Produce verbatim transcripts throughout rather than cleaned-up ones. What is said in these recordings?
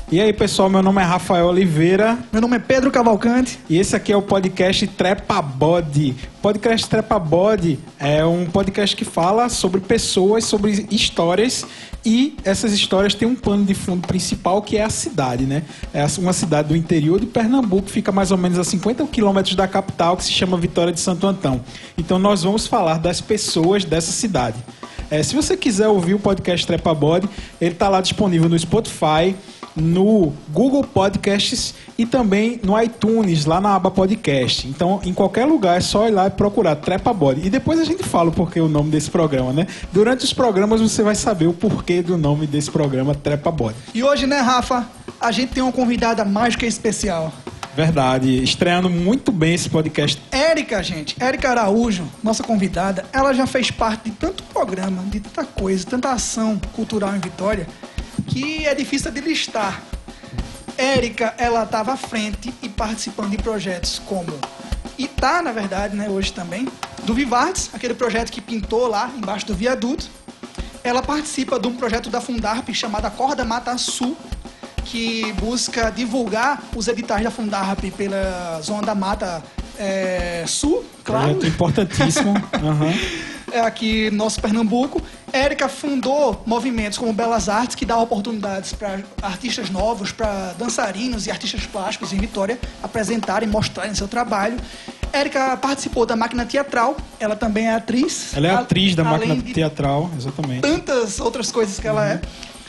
E aí, pessoal, meu nome é Rafael Oliveira. Meu nome é Pedro Cavalcante. E esse aqui é o podcast Trepa Body. O podcast Trepa Body é um podcast que fala sobre pessoas, sobre histórias, e essas histórias têm um pano de fundo principal, que é a cidade, né? É uma cidade do interior de Pernambuco, que fica mais ou menos a cinquenta quilômetros da capital, que se chama Vitória de Santo Antão. Então nós vamos falar das pessoas dessa cidade. É, se você quiser ouvir o podcast Trepa Body, ele está lá disponível no Spotify, no Google Podcasts e também no iTunes, lá na aba podcast. Então, em qualquer lugar, é só ir lá e procurar Trepa Body. E depois a gente fala o porquê o nome desse programa, né? Durante os programas você vai saber o porquê do nome desse programa, Trepa Body. E hoje, né, Rafa, a gente tem uma convidada mais que especial. Verdade, estreando muito bem esse podcast. Érica, gente, Érica Araújo, nossa convidada, ela já fez parte de tanto programa, de tanta coisa, tanta ação cultural em Vitória, que é difícil de listar. Érica, ela estava à frente e participando de projetos como, e tá, na verdade, né, hoje também, do Vivartes, aquele projeto que pintou lá embaixo do viaduto. Ela participa de um projeto da Fundarp chamado Acorda Mata Sul, que busca divulgar os editais da Fundarp pela Zona da Mata é, Sul, claro. Projeto importantíssimo. Uhum. É aqui no nosso Pernambuco. Érica fundou movimentos como Belas Artes, que dá oportunidades para artistas novos, para dançarinos e artistas plásticos em Vitória apresentarem, mostrarem seu trabalho. Érica participou da Máquina Teatral, ela também é atriz. Ela é atriz da Máquina Teatral, exatamente. Tantas outras coisas que ela uhum. é.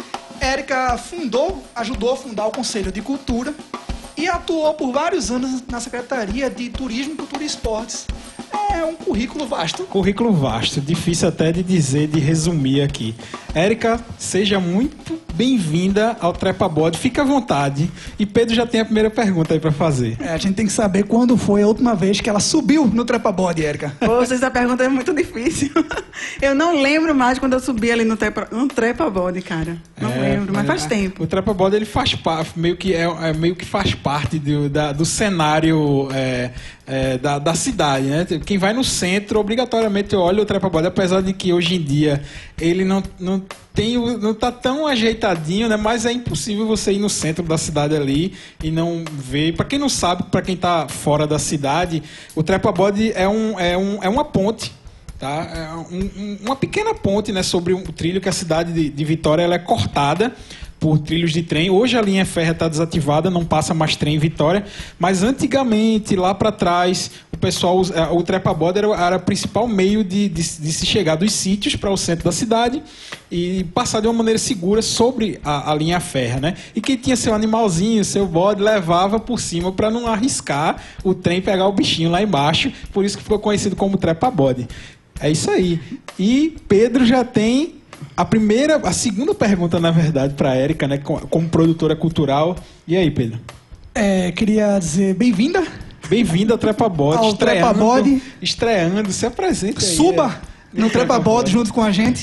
Érica fundou, ajudou a fundar o Conselho de Cultura e atuou por vários anos na Secretaria de Turismo, Cultura e Esportes. É um currículo vasto. Currículo vasto, difícil até de dizer, de resumir aqui. Érica, seja muito bem-vinda ao Trepa Body, fica à vontade. E Pedro já tem a primeira pergunta aí para fazer. É, a gente tem que saber quando foi a última vez que ela subiu no Trepa Body, Érica. Poxa, essa pergunta é muito difícil. Eu não lembro mais quando eu subi ali no Trepa, no trepa Body, cara. Não é, lembro, mas faz é, tempo. O Trepa Body, ele faz parte, meio que, é, é, meio que faz parte do, da, do cenário é, é, da, da cidade, né? Quem vai no centro, obrigatoriamente olha o Trepa Body, apesar de que hoje em dia ele não, não tem, não tá tão ajeitadinho, né? Mas é impossível você ir no centro da cidade ali e não ver. Para quem não sabe, para quem tá fora da cidade, o Trepa Body é, um, é, um, é uma ponte. Tá? É um, um, uma pequena ponte, né, sobre um trilho que a cidade de, de Vitória ela é cortada por trilhos de trem. Hoje a linha férrea está desativada, não passa mais trem em Vitória, mas antigamente, lá para trás, o pessoal, o Trepa Body era, era o principal meio de, de, de se chegar dos sítios para o centro da cidade e passar de uma maneira segura sobre a, a linha férrea, né? E quem tinha seu animalzinho, seu bode, levava por cima para não arriscar o trem pegar o bichinho lá embaixo, por isso que ficou conhecido como Trepa Body. É isso aí. E Pedro já tem a primeira, a segunda pergunta, na verdade, para a Érica, né, como produtora cultural. E aí, Pedro? É, queria dizer bem-vinda. Bem-vinda ao Trepa Body. Ao Trepa Body. Estreando, se apresente aí. Suba é. no Trepa Body junto com a gente.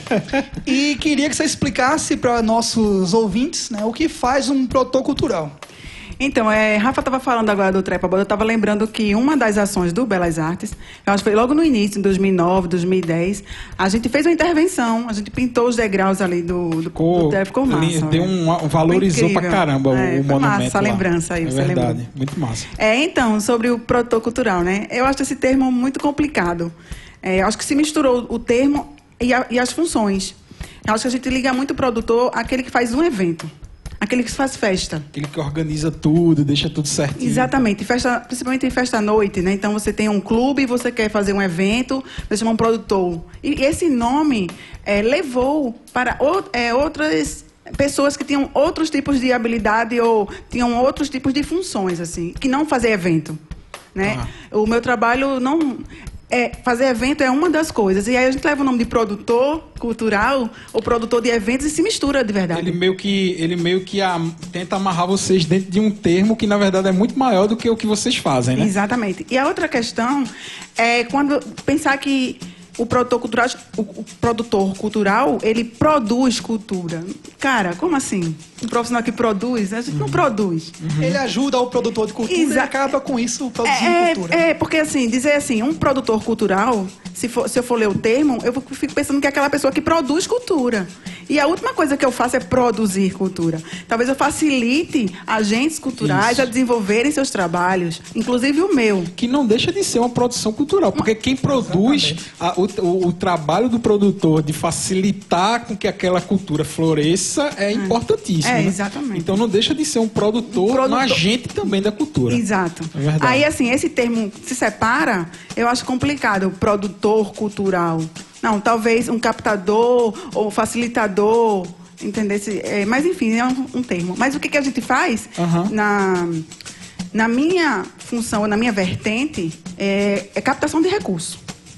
E queria que você explicasse para nossos ouvintes, né, o que faz um produtor cultural. Então, é, Rafa estava falando agora do Trepa Body, eu estava lembrando que uma das ações do Belas Artes, eu acho que foi logo no início, em dois mil e nove, dois mil e dez, a gente fez uma intervenção, a gente pintou os degraus ali do, do, ficou, do Trepa, ficou massa. Deu um, valorizou pra caramba o, é, o monumento massa, essa lá. lembrança aí, é você verdade, lembrou. Muito massa. É, então, sobre o produtor cultural, né? Eu acho esse termo muito complicado. É, acho que se misturou o termo e, a, e as funções. Eu acho que a gente liga muito o produtor àquele que faz um evento. Aquele que faz festa. Aquele que organiza tudo, deixa tudo certinho. Exatamente. Festa, principalmente em festa à noite, né? Então, você tem um clube, você quer fazer um evento, você chama um produtor. E esse nome é, levou para o, é, outras pessoas que tinham outros tipos de habilidade ou tinham outros tipos de funções, assim, que não fazer evento, né? Ah. O meu trabalho não... É, fazer evento é uma das coisas. E aí a gente leva o nome de produtor cultural ou produtor de eventos e se mistura de verdade. Ele meio que, ele meio que a, tenta amarrar vocês dentro de um termo que, na verdade, é muito maior do que o que vocês fazem, né? Exatamente. E a outra questão é quando pensar que o produtor cultural, o, o produtor cultural, ele produz cultura. Cara, como assim? Um profissional que produz, a gente uhum. não produz. Uhum. Ele ajuda o produtor de cultura Exa- e acaba com isso produzindo é, cultura. É, porque assim, dizer assim, um produtor cultural se, for, se eu for ler o termo, eu fico pensando que é aquela pessoa que produz cultura. E a última coisa que eu faço é produzir cultura. Talvez eu facilite agentes culturais Isso. a desenvolverem seus trabalhos, inclusive o meu. Que não deixa de ser uma produção cultural, porque quem produz a, o, o, o trabalho do produtor de facilitar com que aquela cultura floresça é, é. importantíssimo. É, né? exatamente. Então não deixa de ser um produtor, um, produtor... um agente também da cultura. Exato. É verdade. Aí, assim, esse termo se separa, eu acho complicado, o produtor cultural. Não, talvez um captador ou facilitador, entendesse? É, mas, enfim, é um, um termo. Mas o que, que a gente faz uhum. na, na minha função, na minha vertente, é, é captação de recursos.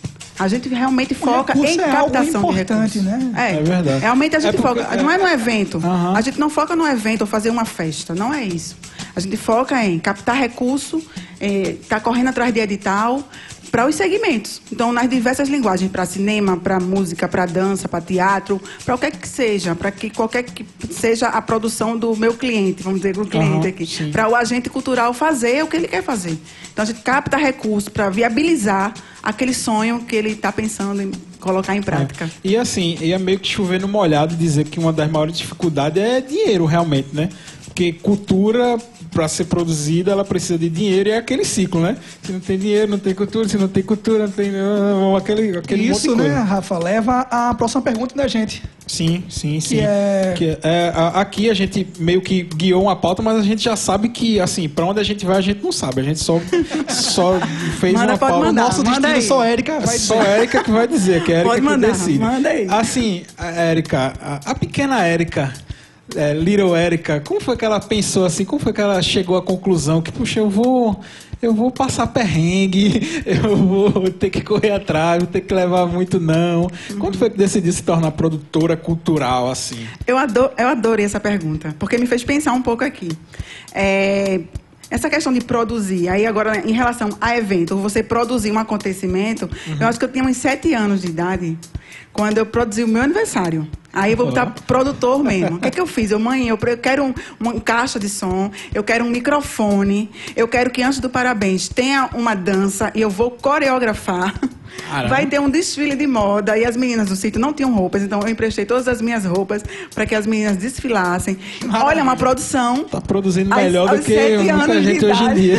A gente realmente o foca em é captação algo de recursos. Né? É, é verdade. Realmente a gente é porque, foca. É... Não é no evento. Uhum. A gente não foca no evento ou fazer uma festa. Não é isso. A gente foca em captar recurso, está é, correndo atrás de edital para os segmentos. Então, nas diversas linguagens, para cinema, para música, para dança, para teatro, para o que que seja, para que qualquer que seja a produção do meu cliente, vamos dizer, o cliente uhum, aqui, para o agente cultural fazer o que ele quer fazer. Então, a gente capta recursos para viabilizar aquele sonho que ele está pensando em colocar em prática. É. E assim, ia meio que chover no molhado dizer que uma das maiores dificuldades é dinheiro, realmente, né? Porque cultura, para ser produzida, ela precisa de dinheiro e é aquele ciclo, né? Se não tem dinheiro, não tem cultura. Se não tem cultura, não tem... Aquele, aquele Isso, monte de né, coisa. Rafa? Leva à próxima pergunta da gente. Sim, sim, sim. Que é... Que é, a, aqui a gente meio que guiou uma pauta, mas a gente já sabe que, assim, para onde a gente vai, a gente não sabe. A gente só, só fez Manda, uma pauta. Mandar, o nosso destino aí. só a Érica vai Só a Érica que vai dizer, que é a Érica pode que mandar, decide. Manda aí. Assim, a Érica, a, a pequena Érica... É, Little Érica, como foi que ela pensou assim? Como foi que ela chegou à conclusão que, puxa, eu vou, eu vou passar perrengue, eu vou ter que correr atrás, vou ter que levar muito não. Uhum. Quando foi que decidiu se tornar produtora cultural assim? Eu, adoro, eu adorei essa pergunta, porque me fez pensar um pouco aqui. É, essa questão de produzir, aí agora em relação a evento, você produzir um acontecimento, uhum. eu acho que eu tinha uns sete anos de idade quando eu produzi o meu aniversário. Aí eu vou botar produtor mesmo. O que é que eu fiz? Eu, mãe, eu quero um, uma caixa de som, eu quero um microfone, eu quero que antes do parabéns tenha uma dança e eu vou coreografar. Caramba. Vai ter um desfile de moda e as meninas do sítio não tinham roupas, então eu emprestei todas as minhas roupas para que as meninas desfilassem. Maravilha. Olha, uma produção. Tá produzindo melhor aos, do que muita gente hoje em dia.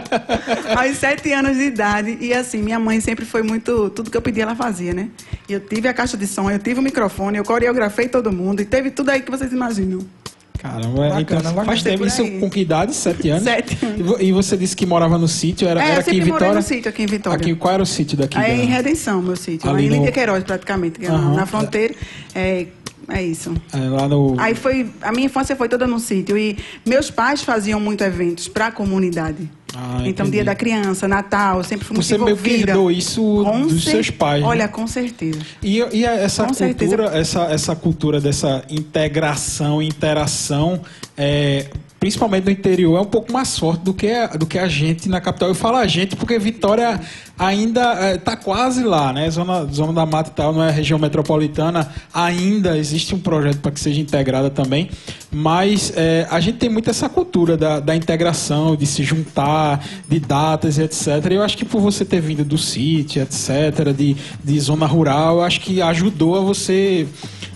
Aos sete anos de idade. E assim, minha mãe sempre foi muito... Tudo que eu pedia, ela fazia, né? E eu tive a caixa de som, eu tive o microfone, eu coreografei todo mundo e teve tudo aí que vocês imaginam. Caramba, bacana, então, faz tempo isso com que idade? Sete anos? Sete anos. E você disse que morava no sítio? Era, é, era eu aqui em sempre Vitória? morei no sítio aqui em Vitória. Aqui, qual era o sítio daqui? Aí da... em Redenção, meu sítio. Ali em Lídia no... Queiroz, praticamente. Uhum. Na fronteira. É, é isso. É, lá no... Aí foi... A minha infância foi toda no sítio. E meus pais faziam muito eventos para a comunidade. Ah, então, entendi. Dia da Criança, Natal, sempre fui muito Você envolvida. Você meio que herdou isso com dos cer... seus pais. Olha, né? com certeza. E, e essa com cultura, certeza. essa, essa cultura dessa integração, interação, é, principalmente no interior, é um pouco mais forte do que, a, do que a gente na capital. Eu falo a gente porque Vitória ainda está é, quase lá, né? Zona, zona da Mata e tal, não é região metropolitana, ainda existe um projeto para que seja integrada também, mas é, a gente tem muito essa cultura da, da integração, de se juntar, de datas e etcétera. Eu acho que por você ter vindo do sítio, etcétera, de, de zona rural, eu acho que ajudou a você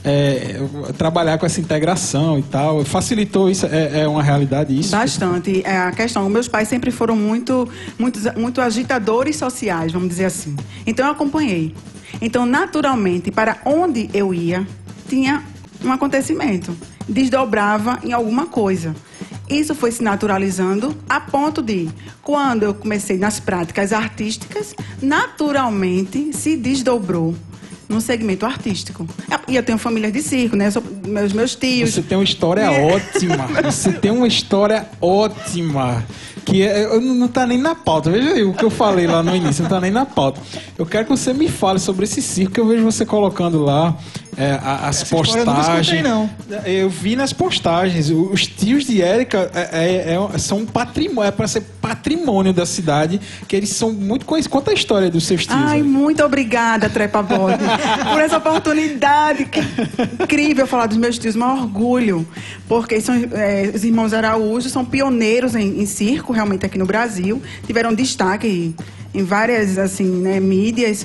é, trabalhar com essa integração e tal. Facilitou isso? É, é uma realidade isso? Bastante. É a questão, meus pais sempre foram muito, muito, muito agitadores sociais, vamos dizer assim. Então eu acompanhei. Então, naturalmente, para onde eu ia, tinha um acontecimento. Desdobrava em alguma coisa. Isso foi se naturalizando a ponto de, quando eu comecei nas práticas artísticas, naturalmente se desdobrou no segmento artístico. E eu tenho família de circo, né? Eu sou, meus, meus tios... Você tem uma história é. ótima. Você tem uma história ótima. Que é, não está nem na pauta. Veja aí o que eu falei lá no início, não está nem na pauta. Eu quero que você me fale sobre esse circo, que eu vejo você colocando lá é, as Essa postagens. Eu, não eu vi nas postagens. Os tios de Érica é, é, é, são um patrimônio, é para ser patrimônio da cidade, que eles são muito conhecidos. Conta a história dos seus tios. Ai, aí. Muito obrigada, Trepa Bode, por essa oportunidade. Que incrível falar dos meus tios, um orgulho, porque são, é, os irmãos Araújo são pioneiros em, em circo, realmente aqui no Brasil, tiveram destaque em várias assim, né, mídias.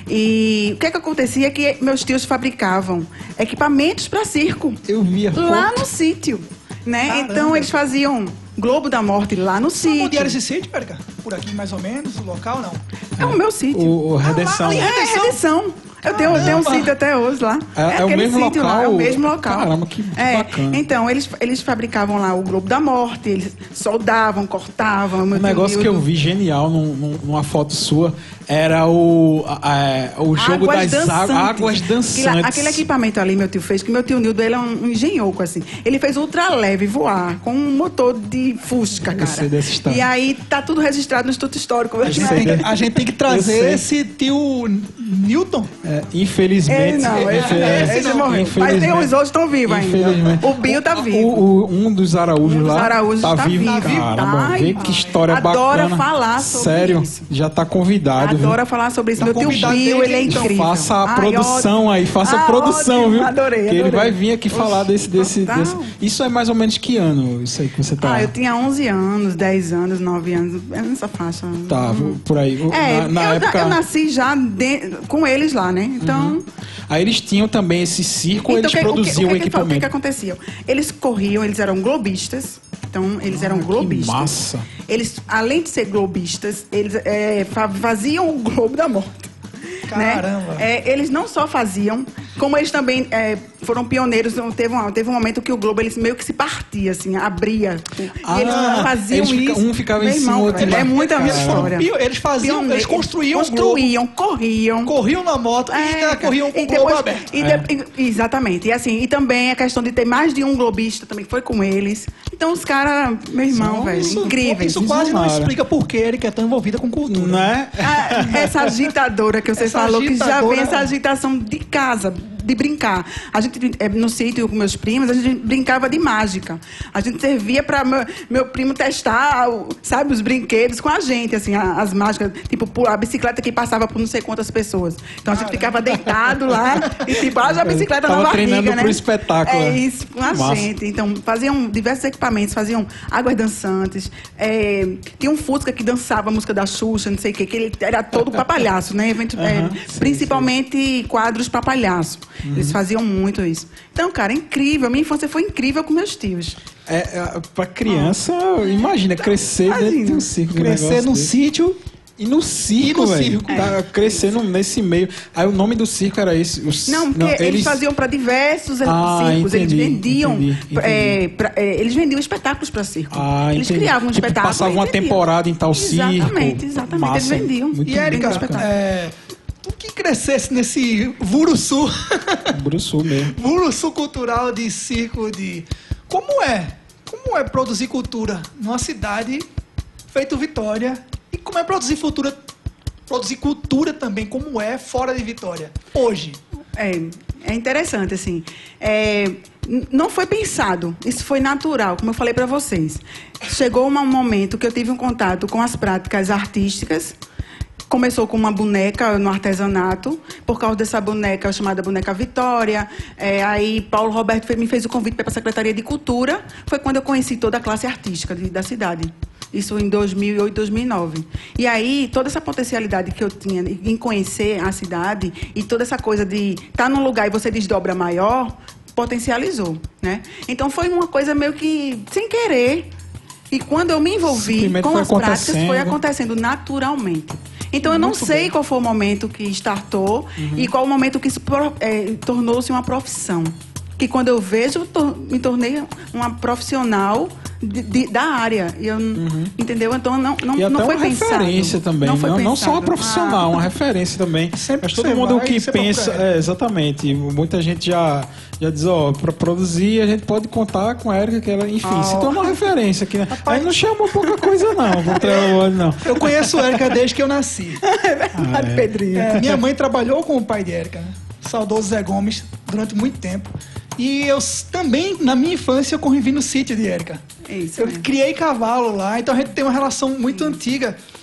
E o que é que acontecia é que meus tios fabricavam equipamentos para circo. Eu via lá foto. no sítio, né? Caramba. Então eles faziam Globo da Morte lá no Sabe onde sítio. era esse sítio, Érica? Por aqui, mais ou menos, o local, não? É o meu sítio. O, o Redenção. Ah, lá, ali É, Redenção? Redenção. Eu tenho, eu tenho um Caramba. sítio até hoje lá. É- é o aquele mesmo sítio local? Lá, é o mesmo local. Caramba, que é. bacana. Então, eles, eles fabricavam lá o Globo da Morte, eles soldavam, cortavam. Um negócio que eu vi genial num- num- numa foto sua era o, a- a- o jogo Águas das águas, dançantes. águas dançantes. Aquele, aquele equipamento ali, meu tio fez, que meu tio Nildo, ele é um, um engenhoco, assim. Ele fez ultraleve voar com um motor de Fusca, Eu cara. sei dessa história. E aí tá tudo registrado no Instituto Histórico. A gente, sei. tem, a gente tem que Eu trazer sei. esse tio Newton. É, infelizmente. Ele não, ele, é, esse não, morreu. Mas tem infelizmente- os outros estão vivos ainda. Infelizmente. O Bill tá O- vivo. o- um dos Araújos Um dos lá Araújos tá, tá vivo. vivo. Caramba, Ai, vê que história adora bacana. falar sobre Sério, isso. já tá convidado. viu? Adora falar sobre isso. Tá Meu tio convidado Bill, desde ele é então. incrível. Faça a Ai, produção ótimo. aí, faça Ah, a produção, ótimo. viu? Adorei, que ele adorei. vai vir aqui falar desse, desse, total. desse. Isso é mais ou menos que ano? Isso aí que você tá. Ah, eu tinha onze anos, dez anos, nove anos, é nessa faixa. Tá, por aí. É, na, na eu, época. eu nasci já de- com eles lá, né? Então. Aí eles tinham também esse circo, Então, eles o que- o que- produziam o que, que, fa- o que, equipamento. que acontecia? Eles corriam, eles eram globistas. Então, eles eram Ah, que globistas. massa. Eles, além de ser globistas, eles é, fa- faziam o Globo da Morte. Caramba. Né? É, eles não só faziam, como eles também é, foram pioneiros. Então, Teve um, teve um momento que o Globo eles meio que se partia, assim, abria. Ah, e eles faziam eles fica- isso. um ficava em Meu cima, irmão, outro é, embaixo. é muita Caramba. história. Pio- Eles faziam, Pioneiro. eles construíam um globo, Construíam, corriam. corriam na moto e ainda corriam com e o globo depois- aberto. e de- e- exatamente. E assim, e também a questão de ter mais de um globista também, que foi com eles. Então os caras, meu irmão, São- velho, Isso, incríveis. isso quase não Visionário. explica por que ele é tão envolvida com cultura. Né? Ah, essa agitadora que você Essa falou, que já agitadora- vem essa agitação de casa, de brincar. A gente, eh, no sítio com meus primos, a gente brincava de mágica. A gente servia para meu, meu primo testar, o- sabe, os brinquedos com a gente, assim, a- as mágicas, tipo, pu- a bicicleta que passava por não sei quantas pessoas. Então a gente ficava deitado lá e tipo, haja a bicicleta Tava na barriga, treinando né? pro espetáculo, É né? isso, com a Massa. gente. Então, faziam diversos equipamentos, faziam águas dançantes. é, tinha um Fusca que dançava a música da Xuxa, não sei o quê, que ele era todo pra palhaço, né? Evento, é, Aham, sim, principalmente quadros pra palhaço. Eles faziam muito isso. Então, cara, é incrível. Minha infância foi incrível com meus tios. É, é, pra criança, imagina, crescer dentro de um circo. um Crescer negócio num desse. sítio. E no circo, E no velho. circo. Tá crescendo nesse meio. Aí o nome do circo era esse. Os, Não, porque eles... faziam para diversos Ah, circos. entendi, eles vendiam. entendi, entendi. é, pra- é, eles vendiam espetáculos para circo. Ah, eles entendi. criavam um Tipo, espetáculo. passava e uma vendiam. temporada em tal circo. Exatamente, exatamente. Massa. Eles vendiam. Muito E bem Érica, espetáculo. é, tu que crescesse nesse Vuruçu, Bruçu mesmo. Vuruçu cultural de circo, de... Como é? Como é produzir cultura numa cidade feito Vitória? E como é produzir cultura, produzir cultura também, como é fora de Vitória, hoje? É, é interessante, assim. É, n- não foi pensado, isso foi natural, como eu falei para vocês. Chegou um momento que eu tive um contato com as práticas artísticas. Começou com uma boneca no artesanato, por causa dessa boneca chamada Boneca Vitória. É, aí Paulo Roberto fe- me fez o convite para ir para a Secretaria de Cultura. Foi quando eu conheci toda a classe artística de- da cidade. Isso em dois mil e oito, dois mil e nove. E aí, toda essa potencialidade que eu tinha em conhecer a cidade e toda essa coisa de estar num lugar e você desdobra maior, potencializou, né? Então, foi uma coisa meio que sem querer. E quando eu me envolvi Simplesmente com foi as práticas, foi acontecendo. acontecendo naturalmente. Então, eu não sei qual foi o momento que startou e qual o momento que isso pro- eh, tornou-se uma profissão. Que quando eu vejo, eu tor- me tornei uma profissional de- de- da área. E eu, Entendeu? Então, não, não, E até não foi uma pensado. referência também. Não, foi não, só uma pensado. profissional, Ah, uma referência também. Sempre Mas que todo você mundo vai, que você pensa. procura. É, exatamente. Muita gente já, já diz, ó, pra produzir a gente pode contar com a Érica, que ela, enfim, Ah, se tornou uma referência aqui, né? Aí não chamou pouca coisa, não, pro trabalho, não. Eu conheço Érica desde que eu nasci. É verdade, Pedrinho. É, minha mãe trabalhou com o pai de Érica, né? Saudoso Zé Gomes, durante muito tempo. E eu s- também, na minha infância, eu convivi no sítio de Érica. É isso Eu mesmo. criei cavalo lá, então a gente tem uma relação muito antiga.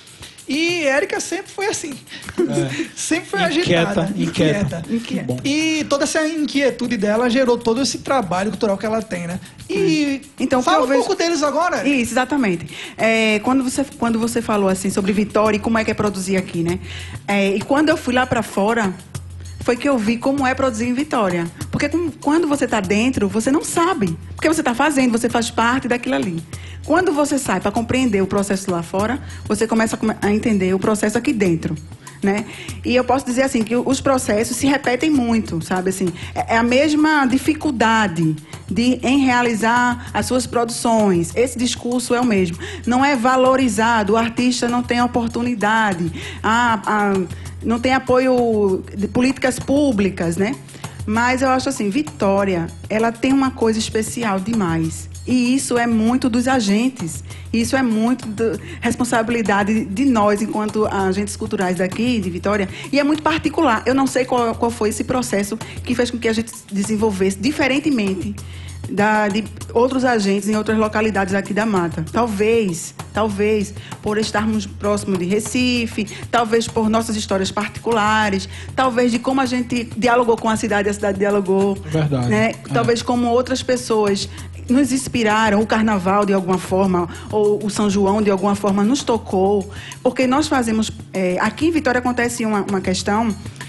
E Érica sempre foi assim. É. Sempre foi Inquieta, agitada. inquieta. Inquieta. Bom. E toda essa inquietude dela gerou todo esse trabalho cultural que ela tem, né? E Então, fala eu um vejo... pouco deles agora. Isso, exatamente. É, quando, você, quando você falou assim sobre Vitória e como é que é produzir aqui, né? É, e quando eu fui lá para fora, foi que eu vi como é produzir em Vitória. Porque com, quando você está dentro, você não sabe. Porque você está fazendo, você faz parte daquilo ali. Quando você sai para compreender o processo lá fora, você começa a entender o processo aqui dentro, né? E eu posso dizer assim que os processos se repetem muito, sabe assim? É a mesma dificuldade de em realizar as suas produções. Esse discurso é o mesmo. Não é valorizado, o artista não tem oportunidade, a, a, não tem apoio de políticas públicas, né? Mas eu acho assim, Vitória, ela tem uma coisa especial demais. E isso é muito dos agentes. Isso é muito da responsabilidade de nós, enquanto agentes culturais daqui, de Vitória. E é muito particular. Eu não sei qual, qual foi esse processo que fez com que a gente desenvolvesse diferentemente da, de outros agentes em outras localidades aqui da Mata. Talvez, talvez, por estarmos próximos de Recife, talvez por nossas histórias particulares, talvez de como a gente dialogou com a cidade e a cidade dialogou. Verdade. Né? É. Talvez como outras pessoas nos inspiraram, o Carnaval de alguma forma, ou o São João de alguma forma nos tocou, porque nós fazemos... É, aqui em Vitória acontece uma, uma questão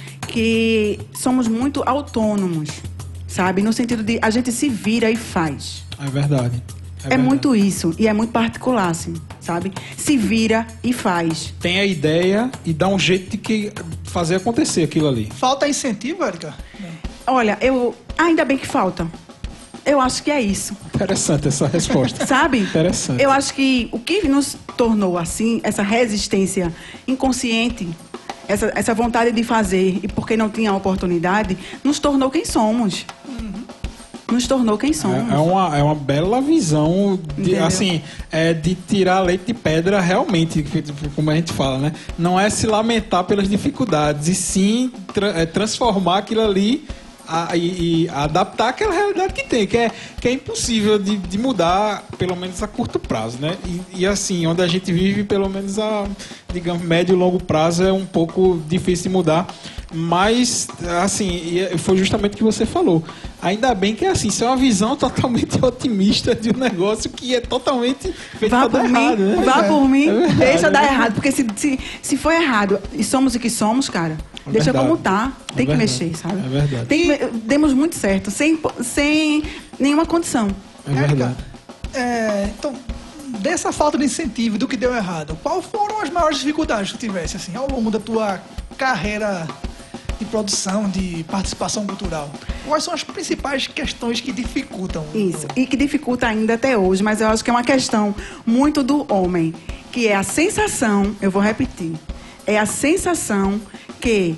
que somos muito autônomos, sabe? No sentido de a gente se vira e faz. É verdade. É, verdade. muito isso, e é muito particular, assim, sabe? Se vira e faz. Tem a ideia e dá um jeito de que fazer acontecer aquilo ali. Falta incentivo, Érica? Olha, eu... ainda bem que falta. Eu acho que é isso. Interessante essa resposta. Sabe? Interessante. Eu acho que o que nos tornou assim, essa resistência inconsciente, essa, essa vontade de fazer, e porque não tinha oportunidade, nos tornou quem somos. Uhum. Nos tornou quem somos. É, é, uma, é uma bela visão, de, assim, é de tirar leite de pedra realmente, como a gente fala, né? Não é se lamentar pelas dificuldades, e sim tra é, transformar aquilo ali A, e, e adaptar aquela realidade que tem, que é, que é impossível de, de mudar, pelo menos a curto prazo, né? E, e assim, onde a gente vive, pelo menos a, digamos, médio e longo prazo é um pouco difícil de mudar. Mas, assim, foi justamente o que você falou. Ainda bem que é assim, isso é uma visão totalmente otimista de um negócio que é totalmente feito vá pra por dar mim, errado, né? Vá é, por mim, é verdade, deixa é dar verdade. errado. Porque se, se, se for errado e somos o que somos, cara, É deixa verdade. como tá. Tem É que verdade. mexer, sabe? É verdade. Tem, demos muito certo, sem, sem nenhuma condição. É verdade. É, então, dessa falta de incentivo, do que deu errado, quais foram as maiores dificuldades que tu tivesse, assim, ao longo da tua carreira de produção, de participação cultural? Quais são as principais questões que dificultam? Isso, e que dificulta ainda até hoje, mas eu acho que é uma questão muito do homem, que é a sensação, eu vou repetir, é a sensação que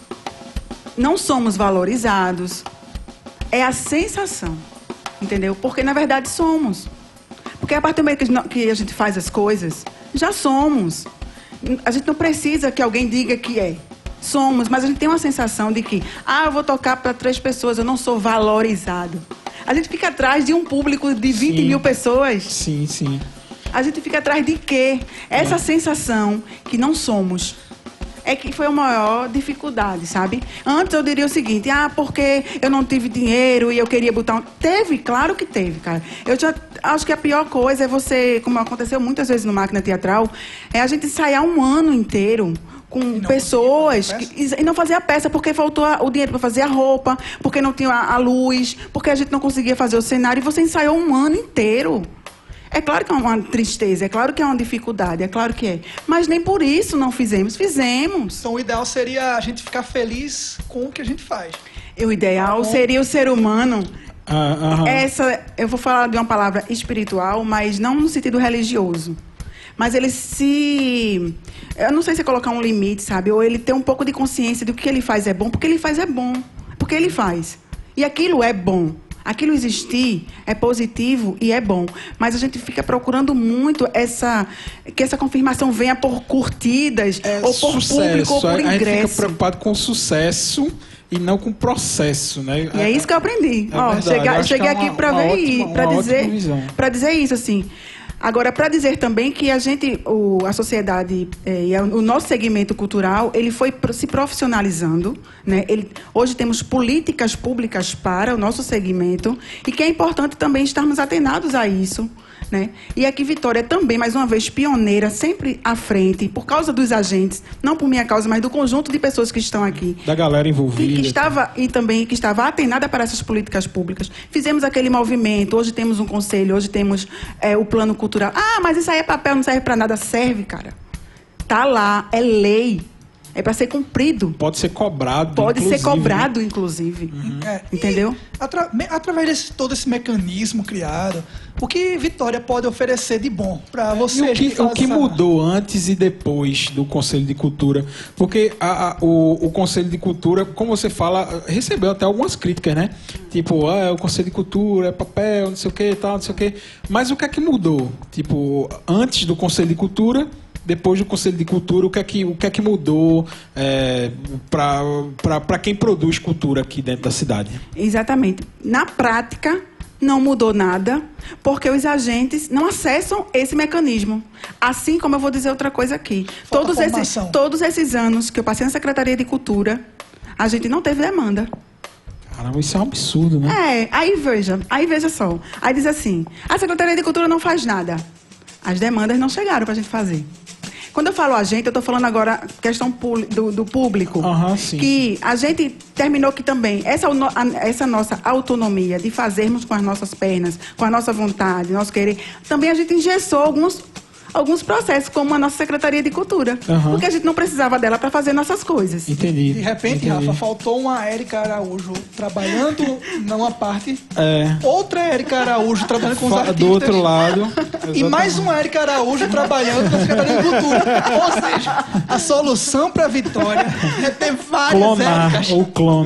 não somos valorizados, é a sensação, entendeu? Porque, na verdade, somos. Porque a partir do momento que a gente, que a gente faz as coisas, já somos. A gente não precisa que alguém diga que é. Somos, mas a gente tem uma sensação de que, ah, eu vou tocar para três pessoas, eu não sou valorizado. A gente fica atrás de um público de vinte Sim. mil pessoas. Sim, sim. A gente fica atrás de quê? Essa É. sensação que não somos é que foi a maior dificuldade, sabe? Antes eu diria o seguinte, ah, porque eu não tive dinheiro e eu queria botar um... Teve, claro que teve, cara. Eu já acho que a pior coisa é você, como aconteceu muitas vezes no Máquina Teatral, é a gente ensaiar um ano inteiro com pessoas que, e não fazer a peça porque faltou a, o dinheiro para fazer a roupa, porque não tinha a, a luz, porque a gente não conseguia fazer o cenário e você ensaiou um ano inteiro. É claro que é uma tristeza, é claro que é uma dificuldade, é claro que é. Mas nem por isso não fizemos. Fizemos. Então, o ideal seria a gente ficar feliz com o que a gente faz. E o ideal seria o ser humano... Ah, aham. Essa, eu vou falar de uma palavra espiritual, mas não no sentido religioso. Mas ele se... Eu não sei se é colocar um limite, sabe? Ou ele ter um pouco de consciência de que o que ele faz é bom, porque ele faz é bom. Porque ele faz. E aquilo é bom. Aquilo existir é positivo e é bom. Mas a gente fica procurando muito essa, que essa confirmação venha por curtidas, É ou por sucesso. público, ou por A gente fica ingresso. preocupado com o sucesso e não com o processo, né? E é isso que eu aprendi. É Ó, verdade. cheguei Eu acho cheguei que é aqui uma- para uma ver ótima- para uma dizer, ótima visão. para dizer isso assim. Agora, para dizer também que a gente, o, a sociedade é, e a, o nosso segmento cultural, ele foi pro, se profissionalizando, né? Ele, hoje temos políticas públicas para o nosso segmento e que é importante também estarmos atenados a isso, né? E aqui Vitória também, mais uma vez, pioneira, sempre à frente, por causa dos agentes, não por minha causa, mas do conjunto de pessoas que estão aqui. Da galera envolvida. Que, que estava, e também que estava atenada para essas políticas públicas. Fizemos aquele movimento, hoje temos um conselho, hoje temos é, o plano cultural. Ah, mas isso aí é papel, não serve para nada. Serve, cara. Tá lá, é lei. É para ser cumprido. Pode ser cobrado. Pode inclusive. ser cobrado, inclusive. Uhum. É, entendeu? Atra através de todo esse mecanismo criado, o que Vitória pode oferecer de bom para você? E o que, o que mudou antes e depois do Conselho de Cultura? Porque a, a, o, o Conselho de Cultura, como você fala, recebeu até algumas críticas, né? Tipo, ah, o Conselho de Cultura é papel, não sei o que e tal, não sei o que. Mas o que é que mudou? Tipo, antes do Conselho de Cultura, depois do Conselho de Cultura, o que é que, o que, é que mudou é, para quem produz cultura aqui dentro da cidade? Exatamente. Na prática, não mudou nada, porque os agentes não acessam esse mecanismo. Assim como eu vou dizer outra coisa aqui. Todos esses, todos esses anos que eu passei na Secretaria de Cultura, a gente não teve demanda. Caramba, isso é um absurdo, né? É, aí veja, aí veja só. Aí diz assim, a Secretaria de Cultura não faz nada. As demandas não chegaram para a gente fazer. Quando eu falo a gente, eu estou falando agora questão do, do público. Uhum, sim. Que a gente terminou que também, essa, essa nossa autonomia de fazermos com as nossas pernas, com a nossa vontade, nosso querer, também a gente engessou alguns, alguns processos, como a nossa Secretaria de Cultura. Uhum. Porque a gente não precisava dela para fazer nossas coisas. Entendi. De repente, Entendi. Rafa, faltou uma Érica Araújo trabalhando numa parte, é. outra Érica Araújo trabalhando com os artistas. Do outro lado. E mais uma Érica Araújo trabalhando na Secretaria de Cultura. Ou seja, a solução para a Vitória é ter várias Clonar, Éricas. ou clone.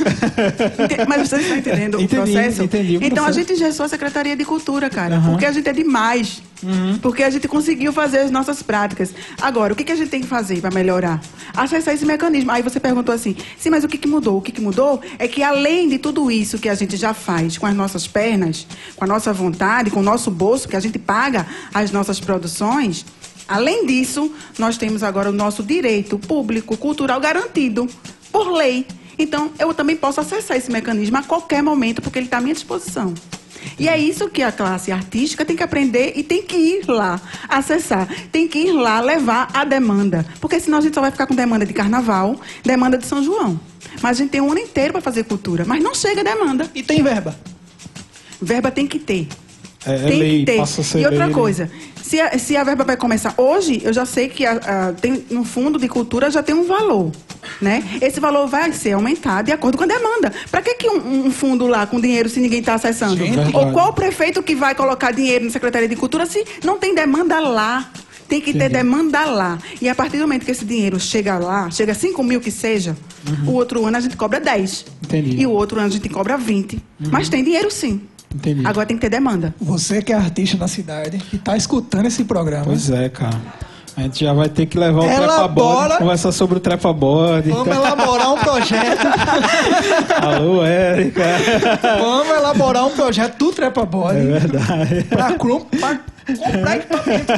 Mas vocês estão entendendo entendi, o processo? Entendi o então processo. a gente engessou a Secretaria de Cultura, cara. Uhum. Porque a gente é demais. Uhum. Porque a gente conseguiu fazer as nossas práticas. Agora, o que, que a gente tem que fazer para melhorar? Acessar esse mecanismo. Aí você perguntou assim, sim, mas o que, que mudou? O que, que mudou é que além de tudo isso que a gente já faz com as nossas pernas, com a nossa vontade, com o nosso bolso, que a gente paga as nossas produções, além disso, nós temos agora o nosso direito público, cultural garantido por lei. Então, eu também posso acessar esse mecanismo a qualquer momento, porque ele está à minha disposição. E é isso que a classe artística tem que aprender e tem que ir lá, acessar. Tem que ir lá levar a demanda. Porque senão a gente só vai ficar com demanda de carnaval, demanda de São João. Mas a gente tem um ano inteiro para fazer cultura. Mas não chega a demanda. E tem verba? Verba tem que ter. É, tem é lei, que ter. passa a ser E outra lei, coisa, se a, se a verba vai começar hoje, eu já sei que a, a, tem, no fundo de cultura já tem um valor. Né? Esse valor vai ser aumentado de acordo com a demanda. Para que, que um, um fundo lá com dinheiro se ninguém está acessando? Gente, Ou qual o prefeito que vai colocar dinheiro na Secretaria de Cultura se não tem demanda lá? Tem que ter Entendi. demanda lá. E a partir do momento que esse dinheiro chega lá, chega a cinco mil que seja, uhum. o outro ano a gente cobra dez. Entendi. E o outro ano a gente cobra vinte. Uhum. Mas tem dinheiro sim. Entendi. Agora tem que ter demanda. Você que é artista na cidade e está escutando esse programa. Pois é, cara. A gente já vai ter que levar o Elabora... trepa-bode, conversar sobre o trepa-bode. Vamos elaborar um projeto. Alô, Érica. Vamos elaborar um projeto do trepa-bode. É verdade. Para comprar equipamento.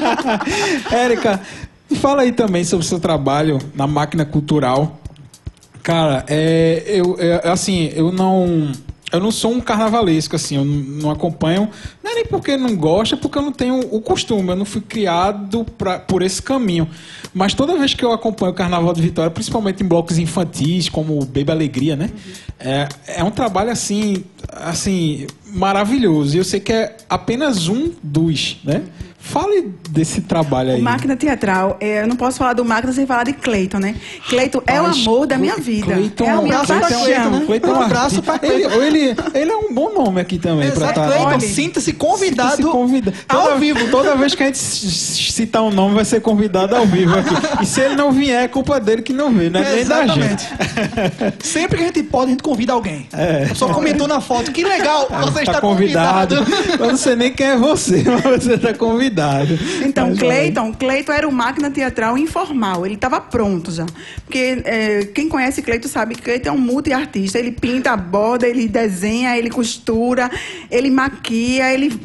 Érica, fala aí também sobre o seu trabalho na máquina cultural. Cara, é, eu, é, assim, eu não... Eu não sou um carnavalesco, assim, eu não acompanho, não é nem porque não gosto, é porque eu não tenho o costume, eu não fui criado pra, por esse caminho. Mas toda vez que eu acompanho o Carnaval de Vitória, principalmente em blocos infantis, como o Baby Alegria, né? É, é um trabalho, assim, assim, maravilhoso. E eu sei que é apenas um dos, né? Fale desse trabalho aí. O Máquina Teatral, é, eu não posso falar do Máquina sem falar de Cleiton, né? Cleiton é o amor da minha vida. Cleiton, é a minha paixão. Né? Cleiton, um abraço para Cleiton. Ele, ele, ele é um bom nome aqui também. Exato, pra Cleiton, tá... sinta-se convidado sinta convida... ao toda, vivo. Toda vez que a gente citar um nome, vai ser convidado ao vivo aqui. E se ele não vier, é culpa dele que não veio, não é nem da gente. Sempre que a gente pode, a gente convida alguém. É. Só comentou na foto, que legal, você tá está convidado. convidado. Eu não sei nem quem é você, mas você está convidado. Então, Cleiton, Cleiton era o Máquina Teatral informal. Ele estava pronto já. Porque é, quem conhece Cleiton sabe que Cleiton é um multiartista. Ele pinta, borda, ele desenha, ele costura, ele maquia, ele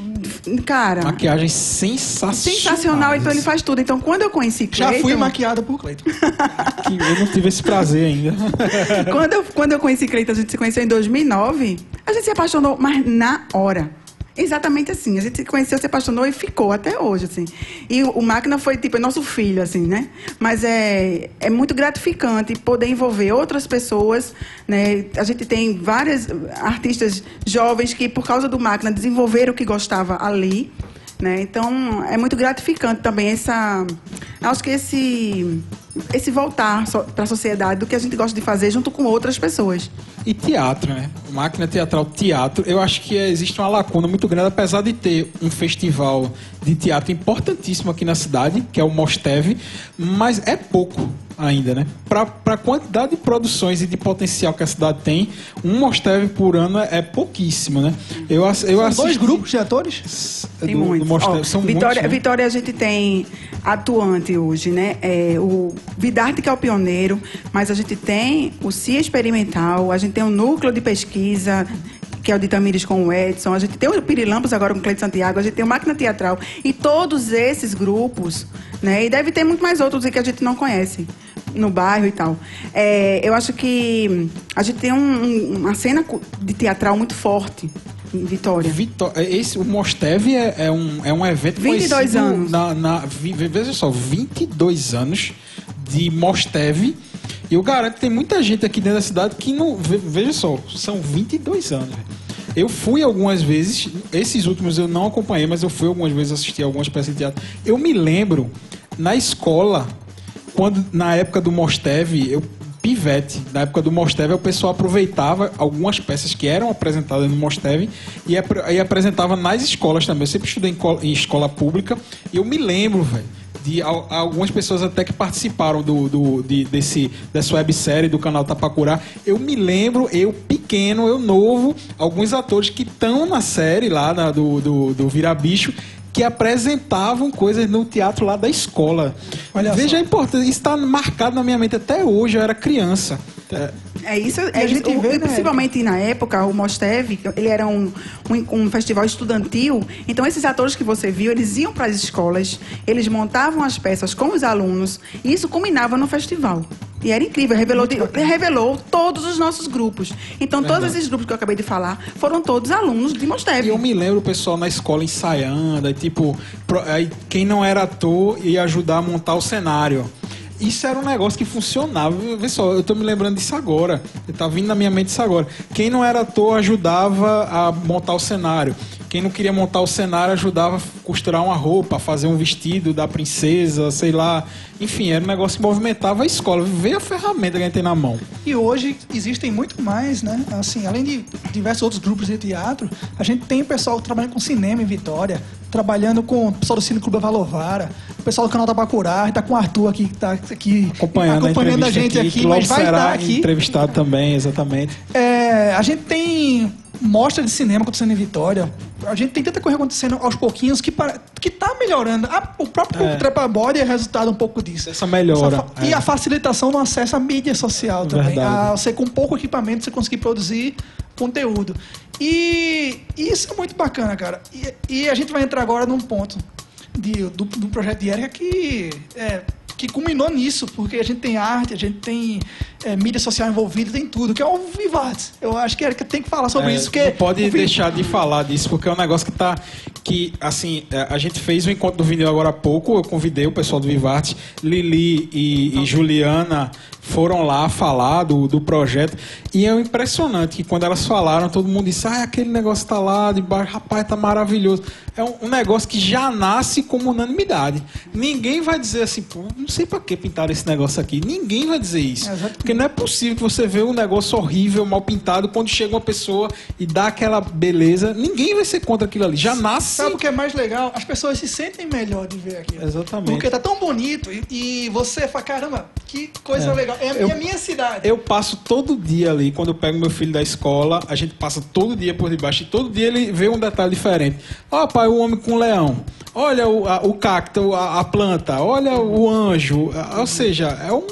Cara... Maquiagem sensacional. Sensacional, então ele faz tudo. Então, quando eu conheci Cleiton... Já fui maquiada por Cleiton. Que eu não tive esse prazer ainda. quando, eu, quando eu conheci Cleiton, a gente se conheceu em dois mil e nove, a gente se apaixonou, mas na hora. Exatamente assim. A gente se conheceu, se apaixonou e ficou até hoje, assim. E o, o Máquina foi, tipo, é nosso filho, assim, né? Mas é, é muito gratificante poder envolver outras pessoas, né? A gente tem várias artistas jovens que, por causa do Máquina, desenvolveram o que gostava ali, né? Então, é muito gratificante também essa... Acho que esse, esse voltar para a sociedade do que a gente gosta de fazer junto com outras pessoas. E teatro, né? Máquina teatral, teatro. Eu acho que existe uma lacuna muito grande, apesar de ter um festival de teatro importantíssimo aqui na cidade, que é o Mosteve, mas é pouco ainda, né? Para a quantidade de produções e de potencial que a cidade tem, um Mosteve por ano é, é pouquíssimo, né? Eu, eu São assisti... dois grupos de atores? Tem do, muitos. do Mosteve. Ó, São Vitória, muitos, né? Vitória, a gente tem atuante hoje, né? É, o Vidarte, que é o pioneiro, mas a gente tem o C I A Experimental, a gente tem o Núcleo de Pesquisa, que é o de Tamires com o Edson, a gente tem o Pirilampos agora com o Cleiton Santiago, a gente tem o Máquina Teatral, e todos esses grupos, né? E deve ter muito mais outros que a gente não conhece no bairro e tal. É, eu acho que a gente tem um, uma cena de teatral muito forte em Vitória. Vitória, esse, o Mosteve é, é, um, é um evento vinte e dois conhecido anos. Na, na, veja só, vinte e dois anos de Mosteve. E eu garanto que tem muita gente aqui dentro da cidade que não... Veja só, são vinte e dois anos. Eu fui algumas vezes, esses últimos eu não acompanhei, mas eu fui algumas vezes assistir algumas peças de teatro. Eu me lembro, na escola, quando na época do Mosteve, eu... Pivete, na época do Mosteve, o pessoal aproveitava algumas peças que eram apresentadas no Mosteve e, e apresentava nas escolas também. Eu sempre estudei em, em escola pública e eu me lembro, velho, de algumas pessoas até que participaram do, do, de, desse, dessa websérie do canal Tapacurá. Eu me lembro, eu pequeno, eu novo, alguns atores que estão na série lá na, do, do, do Virabicho, que apresentavam coisas no teatro lá da escola. Olha Veja só. a importância, isso está marcado na minha mente até hoje, eu era criança. É, É isso, a é gente isso. vê, O, né, principalmente na época, o Mosteve, ele era um, um, um festival estudantil, então esses atores que você viu, eles iam para as escolas, eles montavam as peças com os alunos, e isso culminava no festival. E era incrível, revelou, de, revelou todos os nossos grupos. Então, Verdade. todos esses grupos que eu acabei de falar foram todos alunos de Mosteve. E eu me lembro o pessoal na escola ensaiando, aí, tipo, pro- aí, quem não era ator ia ajudar a montar o cenário. Isso era um negócio que funcionava. Vê só, eu tô me lembrando disso agora. Tá vindo na minha mente isso agora. Quem não era ator ajudava a montar o cenário. Quem não queria montar o cenário ajudava a costurar uma roupa, fazer um vestido da princesa, sei lá. Enfim, era um negócio que movimentava a escola. Vê a ferramenta que a gente tem na mão. E hoje existem muito mais, né? Assim, além de diversos outros grupos de teatro, a gente tem o pessoal trabalhando com cinema em Vitória, trabalhando com o pessoal do Cine Clube Avalovara, o pessoal do canal Tapacurá, está com o Arthur aqui, que está aqui Acompanhando, acompanhando a, a gente aqui, aqui, que logo mas vai será estar aqui. entrevistado também, exatamente. É, a gente tem mostra de cinema acontecendo em Vitória. A gente tem tanta coisa acontecendo aos pouquinhos que, para, que tá melhorando. A, o próprio É. Trepa Body é resultado um pouco disso. Essa melhora. Essa fa- E é. a facilitação no acesso à mídia social também. Verdade. A, você com pouco equipamento você conseguir produzir conteúdo. E isso é muito bacana, cara. E, e a gente vai entrar agora num ponto de, do, do projeto de Érica que, é, que culminou nisso, porque a gente tem arte, a gente tem é, mídia social envolvida, tem tudo, que é o Vivates. Eu acho que a Érica tem que falar sobre É, isso. Porque não pode o Vi- deixar de falar disso, porque é um negócio que tá... Que, assim, é, a gente fez o encontro do vinil agora há pouco, eu convidei o pessoal do Vivarte, Lili e, e Juliana foram lá falar do, do projeto, e é impressionante que quando elas falaram, todo mundo disse, ah, aquele negócio tá lá debaixo, rapaz, tá maravilhoso. É um, um negócio que já nasce como unanimidade. Ninguém vai dizer assim, pô, não sei pra que pintaram esse negócio aqui. Ninguém vai dizer isso. É, exatamente. Porque não é possível que você vê um negócio horrível, mal pintado, quando chega uma pessoa e dá aquela beleza, ninguém vai ser contra aquilo ali. Já nasce... Sabe o que é mais legal? As pessoas se sentem melhor de ver aquilo. Exatamente. Porque tá tão bonito e, e você fala, caramba, que coisa É. legal. É, a- Eu- é a minha cidade. Eu passo todo dia ali, quando eu pego meu filho da escola, a gente passa todo dia por debaixo e todo dia ele vê um detalhe diferente. Ó, pai, o homem com o leão. Olha o, a- o cacto, a, a planta. Olha o anjo. A- Ou seja, é um,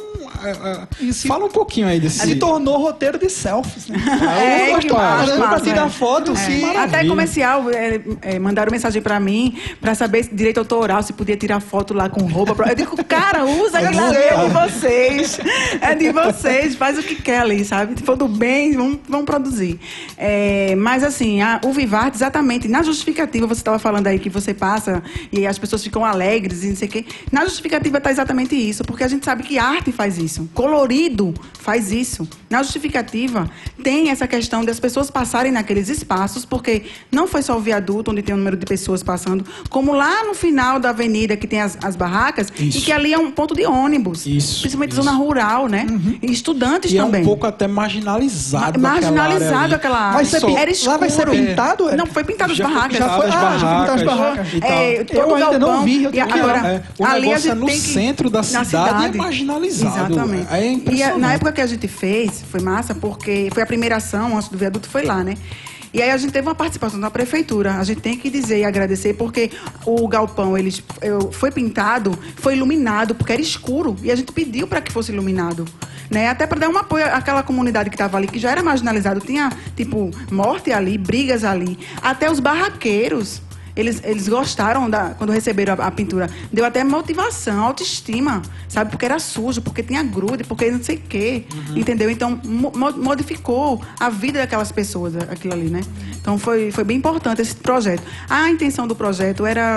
Isso. Fala um pouquinho aí desse... Se tornou roteiro de selfies, né? É, Eu que gosto massa, pra massa, tirar é. foto, É. sim. Até comercial, é, é, mandaram mensagem pra mim pra saber se direito autoral, se podia tirar foto lá com roupa. Pra... Eu digo, cara, usa aquilo ali, é de vocês. É de vocês, faz o que quer ali, sabe? Se for do bem, vamos, vamos produzir. É, mas assim, a, o Vivarte, exatamente, na justificativa, você estava falando aí que você passa e as pessoas ficam alegres e não sei o quê. Na justificativa está exatamente isso, porque a gente sabe que arte faz isso, colorido faz isso. Na justificativa tem essa questão das pessoas passarem naqueles espaços, porque não foi só o viaduto, onde tem um número de pessoas passando, como lá no final da avenida, que tem as, as barracas, Isso. e que ali é um ponto de ônibus. Isso, Principalmente isso. zona rural, né? Uhum. E estudantes E é também. um pouco até marginalizado. Ma- aquela marginalizado área ali. aquela área. Vai ser Só- pin- Era escuro. Lá vai ser pintado, é? Não, foi pintado as Já foi barracas. Já foi, as ah, já foi pintado as barracas barracas. e tal. É, todo Eu o ainda não galpão, vi, eu e tenho que ir lá. agora, É, o ali a negócio é gente no tem que- centro da na cidade e é marginalizado. Exatamente. É e a- impressionante. na época que a gente fez, foi massa, porque foi a primeira ação antes do viaduto, foi lá, né? E aí a gente teve uma participação da prefeitura. A gente tem que dizer e agradecer, porque o galpão ele, eu- foi pintado, foi iluminado, porque era escuro. E a gente pediu para que fosse iluminado. Né? Até para dar um apoio àquela comunidade que estava ali, que já era marginalizada. Tinha, tipo, morte ali, brigas ali. Até os barraqueiros. Eles, eles gostaram da, quando receberam a, a pintura. Deu até motivação, autoestima, sabe? Porque era sujo, porque tinha grude, porque não sei o quê. Uhum. Entendeu? Então, mo- modificou a vida daquelas pessoas, aquilo ali, né? Então, foi, foi bem importante esse projeto. A intenção do projeto era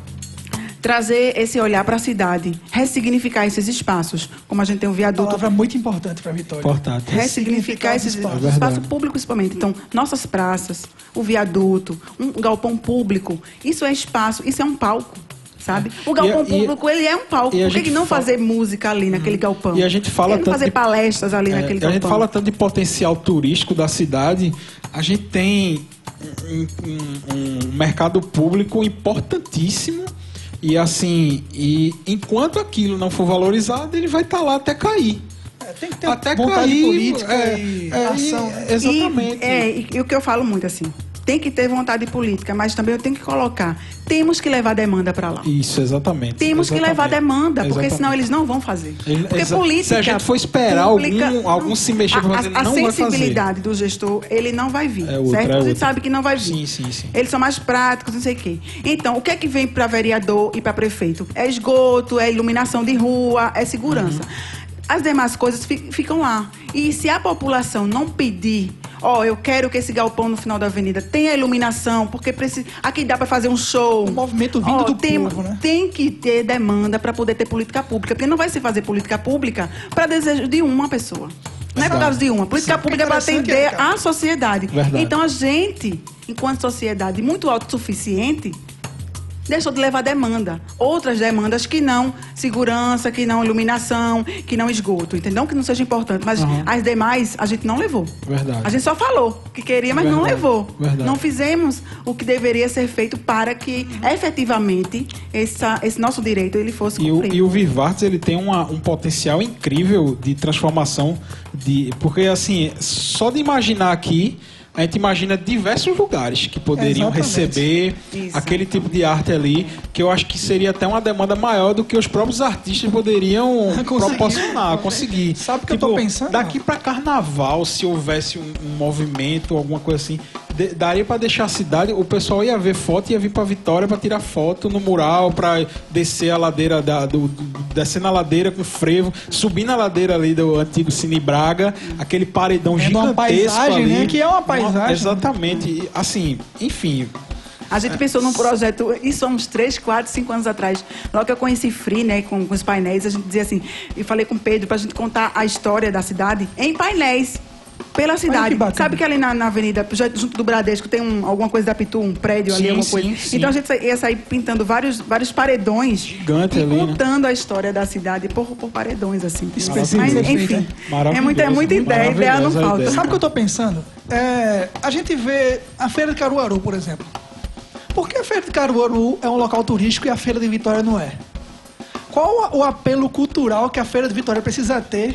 trazer esse olhar para a cidade, ressignificar esses espaços. Como a gente tem um Uma viaduto, palavra muito importante para a Vitória. Importante. ressignificar esses espaços. espaços, É verdade. espaço público principalmente. Então, nossas praças, o viaduto, um galpão público, isso é espaço, isso é um palco, sabe? O galpão E- e- público, ele é um palco. e a Por que, gente que não fala- fazer música ali naquele galpão? E a gente fala Por que não tanto fazer de- palestras ali É, naquele a galpão? gente fala tanto de potencial turístico da cidade, a gente tem um, um- um mercado público importantíssimo e assim, e enquanto aquilo não for valorizado, ele vai estar lá até cair. É, tem que ter Até vontade cair, política é, e é, ação. e- né? exatamente. E, é, e, e o que eu falo muito assim, tem que ter vontade política, mas também eu tenho que colocar, temos que levar demanda para lá. Isso, exatamente. Temos que exatamente. levar demanda, porque Exatamente. senão eles não vão fazer. Ele- Porque exa- política... se a gente for esperar pública- algum- algum se mexer pra a- fazer, a, não vai A fazer. sensibilidade do gestor, ele não vai vir, É outra, certo? é A gente outra. sabe que não vai vir. Sim, sim, sim. Eles são mais práticos, não sei o quê. Então, o que é que vem para vereador e para prefeito? É esgoto, é iluminação de rua, é segurança. Uhum. As demais coisas fi- ficam lá. E se a população não pedir, ó, eu quero que esse galpão no final da avenida tenha iluminação, porque precisa, aqui dá para fazer um show. Um movimento vindo do tem, povo, né? Tem que ter demanda para poder ter política pública, porque não vai se fazer política pública para desejo de uma pessoa. Não é por causa de uma. Política Sim, pública é para interessante, atender Érica. a sociedade. Verdade. Então a gente, enquanto sociedade muito autossuficiente, deixou de levar demanda. Outras demandas que não segurança, que não iluminação, que não esgoto, entendeu? Que não seja importante. Mas Uhum. as demais a gente não levou. Verdade. A gente só falou que queria, mas não Verdade. levou. Verdade. Não fizemos o que deveria ser feito para que efetivamente essa, esse nosso direito ele fosse E o, cumprido. e o Vivartes, ele tem uma- um potencial incrível de transformação, de, porque assim, só de imaginar aqui, a gente imagina diversos lugares que poderiam Exatamente. receber Isso. aquele tipo de arte ali, que eu acho que seria até uma demanda maior do que os próprios artistas poderiam Conseguir. proporcionar, conseguir. Sabe o que eu tô pensando? Daqui para carnaval, se houvesse um, um movimento, alguma coisa assim, de- daria para deixar a cidade, o pessoal ia ver foto, ia vir para Vitória para tirar foto no mural, para descer a ladeira da, do, do- descer na ladeira com frevo, subir na ladeira ali do antigo Cine Braga, aquele paredão É uma gigantesco paisagem, ali. né? Que é uma paisagem. Exatamente. E, assim, enfim, A gente pensou num projeto, isso há uns três, quatro, cinco anos atrás. Logo que eu conheci Free, né, com, com os painéis, a gente dizia assim, e falei com o Pedro pra gente contar a história da cidade em painéis. Pela cidade. bacana. Sabe que ali na, na avenida, já junto do Bradesco, tem um, alguma coisa da Pitu, um prédio ali, Sim, alguma sim, coisa. sim. Então a gente ia sair pintando vários, vários paredões Gigante e ali, né? contando a história da cidade por, por paredões, assim. Específico, Mas, perfeito, enfim, né? é muita, é muita ideia, ideia não Maravilhosa a falta. ideia. Sabe o que eu tô pensando? É, a gente vê a Feira de Caruaru, por exemplo. Por que a Feira de Caruaru é um local turístico e a Feira de Vitória não é? Qual o apelo cultural que a Feira de Vitória precisa ter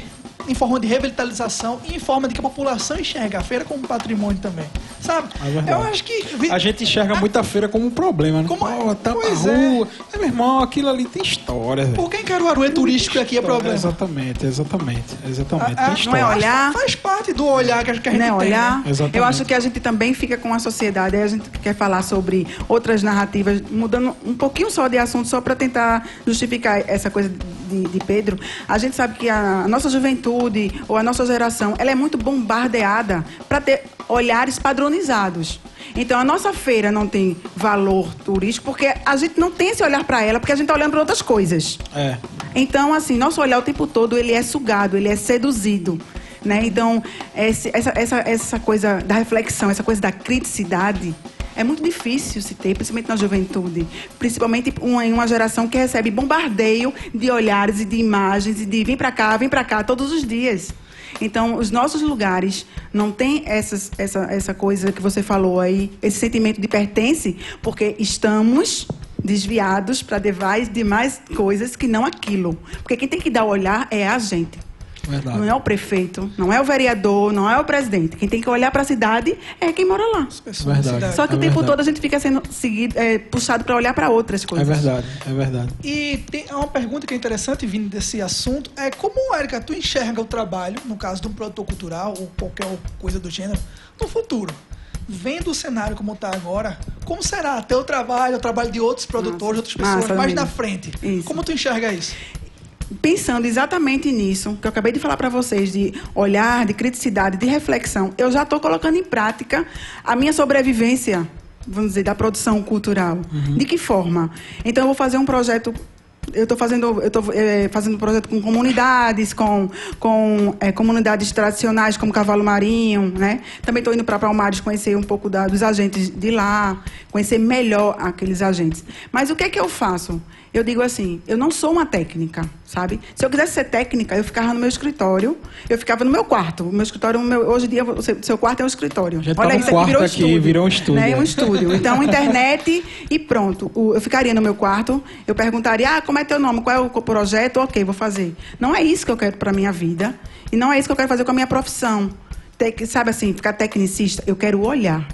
em forma de revitalização e em forma de que a população enxerga a feira como patrimônio também, sabe? É eu acho que... A gente enxerga a... muito a feira como um problema, né? Como... Oh, tá pois na rua. É. É, meu irmão, aquilo ali tem história, velho. Por que em Caruaru é turístico e aqui é problema? Exatamente, exatamente. Exatamente. A, a, tem história. Não é olhar... Faz parte do olhar que a gente não é tem, olhar. Né? Exatamente. Eu acho que a gente também fica com a sociedade, aí a gente quer falar sobre outras narrativas, mudando um pouquinho só de assunto, só para tentar justificar essa coisa de, de Pedro. A gente sabe que a nossa juventude ou a nossa geração, ela é muito bombardeada para ter olhares padronizados. Então, a nossa feira não tem valor turístico porque a gente não tem esse olhar para ela, porque a gente está olhando para outras coisas. É. Então, assim, nosso olhar o tempo todo, ele é sugado, ele é seduzido. Né? Então, esse, essa, essa, essa coisa da reflexão, essa coisa da criticidade, é muito difícil se ter, principalmente na juventude. Principalmente uma, em uma geração que recebe bombardeio de olhares e de imagens e de vem para cá, vem para cá, todos os dias. Então, os nossos lugares não têm essas, essa, essa coisa que você falou aí, esse sentimento de pertence, porque estamos desviados para demais, demais coisas que não aquilo. Porque quem tem que dar o olhar é a gente. Verdade. Não é o prefeito, não é o vereador, não é o presidente. Quem tem que olhar para a cidade é quem mora lá. Verdade. Só que é o tempo verdade. todo a gente fica sendo seguido, é, puxado para olhar para outras É coisas. verdade, é verdade. E tem uma pergunta que é interessante vindo desse assunto, é como, Érica, tu enxerga o trabalho, no caso de um produtor cultural ou qualquer coisa do gênero, no futuro? Vendo o cenário como está agora, como será teu trabalho, o trabalho de outros produtores, outras pessoas, Massa, mais amigo. na frente? Isso. Como tu enxerga isso? Pensando exatamente nisso, que eu acabei de falar para vocês, de olhar, de criticidade, de reflexão, eu já estou colocando em prática a minha sobrevivência, vamos dizer, da produção cultural. Uhum. De que forma? Então, eu vou fazer um projeto... Eu estou fazendo, eu tô, é, fazendo um projeto com comunidades, com, com é, comunidades tradicionais como Cavalo Marinho, né? Também estou indo para Palmares conhecer um pouco da, dos agentes de lá, conhecer melhor aqueles agentes. Mas o que é que eu faço? Eu digo assim, eu não sou uma técnica, sabe? Se eu quisesse ser técnica, eu ficava no meu escritório, eu ficava no meu quarto. O meu escritório, o meu, hoje em dia, o seu, seu quarto é um escritório. Já Olha, tá um isso aqui quarto virou aqui, estúdio. virou um estúdio. Né? É. Um estúdio. Então, internet e pronto. O, eu ficaria no meu quarto, eu perguntaria, ah, como é teu nome? Qual é o projeto? Ok, vou fazer. Não é isso que eu quero para a minha vida. E não é isso que eu quero fazer com a minha profissão. Tec, sabe assim, ficar tecnicista? Eu quero olhar.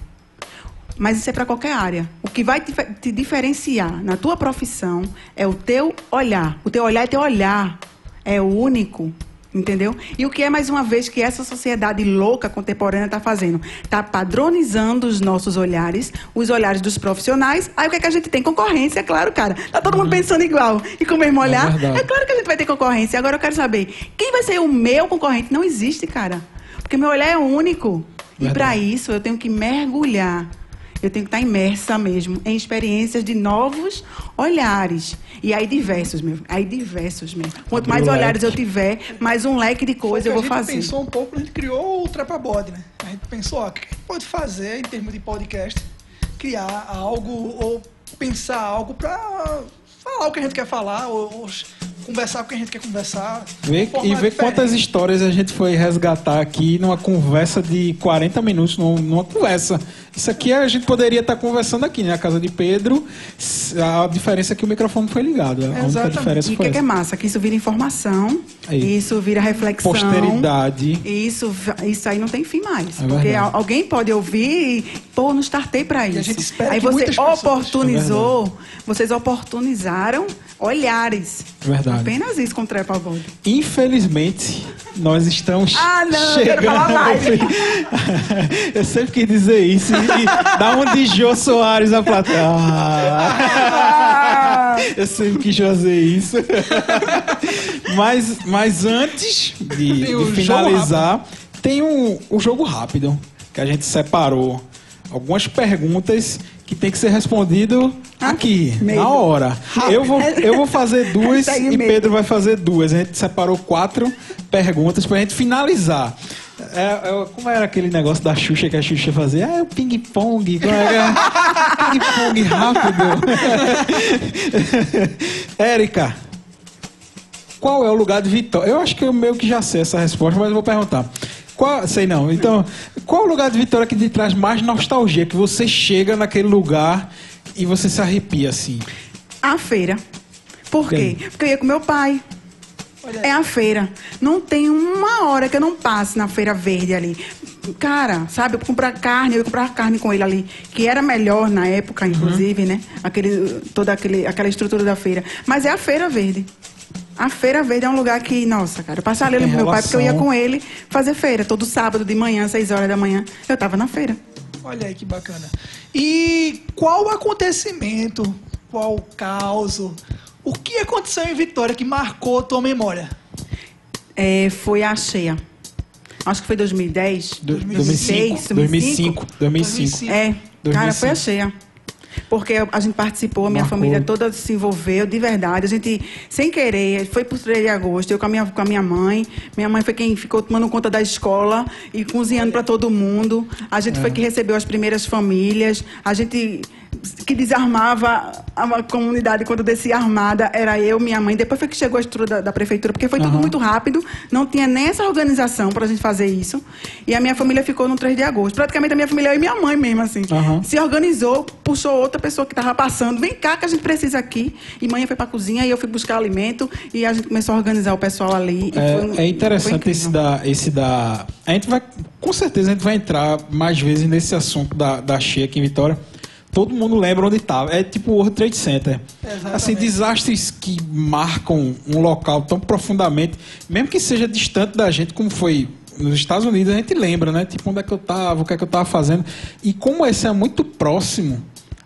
Mas isso é para qualquer área. O que vai te, te diferenciar na tua profissão é o teu olhar. O teu olhar é teu olhar. É o único. Entendeu? E o que é, mais uma vez, que essa sociedade louca, contemporânea, está fazendo? Está padronizando os nossos olhares, os olhares dos profissionais. Aí o que é que a gente tem? Concorrência, é claro, cara. Está todo mundo pensando igual e com o mesmo olhar. É, é claro que a gente vai ter concorrência. Agora eu quero saber, quem vai ser o meu concorrente? Não existe, cara. Porque meu olhar é único. Verdade. E para isso eu tenho que mergulhar. Eu tenho que estar imersa mesmo em experiências de novos olhares. E aí diversos mesmo. Aí diversos mesmo. Quanto mais olhares eu tiver, mais um leque de coisas eu vou fazer. A gente pensou um pouco, a gente criou o Trepa Bode, né? A gente pensou, ó, o que a gente pode fazer em termos de podcast? Criar algo ou pensar algo para falar o que a gente quer falar ou, ou conversar o que a gente quer conversar. Ver, e ver quantas histórias a gente foi resgatar aqui numa conversa de quarenta minutos, numa, numa conversa. Isso aqui a gente poderia estar conversando aqui, né? Na casa de Pedro. A diferença é que o microfone foi ligado. A única diferença e o foi que, que é massa? Que isso vira informação, aí. Isso vira reflexão. Posteridade. Isso, isso aí não tem fim mais. É porque verdade. alguém pode ouvir e, pô, não startei para isso. E a gente espera aí que você oportunizou, é vocês oportunizaram olhares. Verdade. Apenas isso com o Trepa Bode. Infelizmente, nós estamos ah, não, chegando... eu quero falar mais. Eu sempre quis dizer isso. E dá um de Jô Soares na plateia. Ah, eu sempre quis fazer isso. mas, mas antes de, de finalizar, tem um, um jogo rápido que a gente separou. Algumas perguntas que tem que ser respondido aqui, medo. na hora. Eu vou, eu vou fazer duas e medo. Pedro vai fazer duas. A gente separou quatro perguntas pra gente finalizar. É, é, como era aquele negócio da Xuxa que a Xuxa fazia? Ah, é o ping-pong. É? Ping-pong rápido. Érica, qual é o lugar de Vitória? Eu acho que eu meio que já sei essa resposta, mas eu vou perguntar. Qual, sei não. Então, qual é o lugar de Vitória que te traz mais nostalgia? Que você chega naquele lugar e você se arrepia assim? A feira. Por quê? Sim. Porque eu ia com meu pai. É a feira. Não tem uma hora que eu não passe na Feira Verde ali. Cara, sabe, eu comprar carne, eu ia comprar carne com ele ali, que era melhor na época, inclusive, uhum. né? Aquele, toda aquele, aquela estrutura da feira. Mas é a Feira Verde. A Feira Verde é um lugar que, nossa, cara, eu passava ali com meu pai, porque eu ia com ele fazer feira. Todo sábado de manhã, seis horas da manhã, eu tava na feira. Olha aí que bacana. E qual o acontecimento, qual o caos, o que aconteceu em Vitória que marcou a tua memória? É, foi a cheia. Acho que foi dois mil e dez, dois mil e seis, dois mil e cinco. dois mil e cinco. É, cara, foi a cheia. Porque a gente participou, a minha Marcou. família toda se envolveu, de verdade. A gente, sem querer, foi para o três de agosto, eu com a, minha, com a minha mãe. Minha mãe foi quem ficou tomando conta da escola e cozinhando para todo mundo. A gente é. foi que recebeu as primeiras famílias. A gente que desarmava a comunidade quando descia armada era eu, minha mãe. Depois foi que chegou a estrutura da, da prefeitura, porque foi tudo uhum. muito rápido. Não tinha nem essa organização para a gente fazer isso. E a minha família ficou no três de agosto. Praticamente a minha família, eu e minha mãe mesmo, assim. Uhum. Se organizou, puxou outra pessoa que estava passando. Vem cá que a gente precisa aqui. E mãe foi para a cozinha e eu fui buscar alimento. E a gente começou a organizar o pessoal ali. É, foi, é interessante esse da, esse da... A gente vai... Com certeza a gente vai entrar mais vezes nesse assunto da, da cheia aqui em Vitória. Todo mundo lembra onde estava. É tipo o World Trade Center. Exatamente. Assim, desastres que marcam um local tão profundamente, mesmo que seja distante da gente, como foi nos Estados Unidos, a gente lembra, né? Tipo, onde é que eu estava, o que é que eu estava fazendo. E como esse é muito próximo,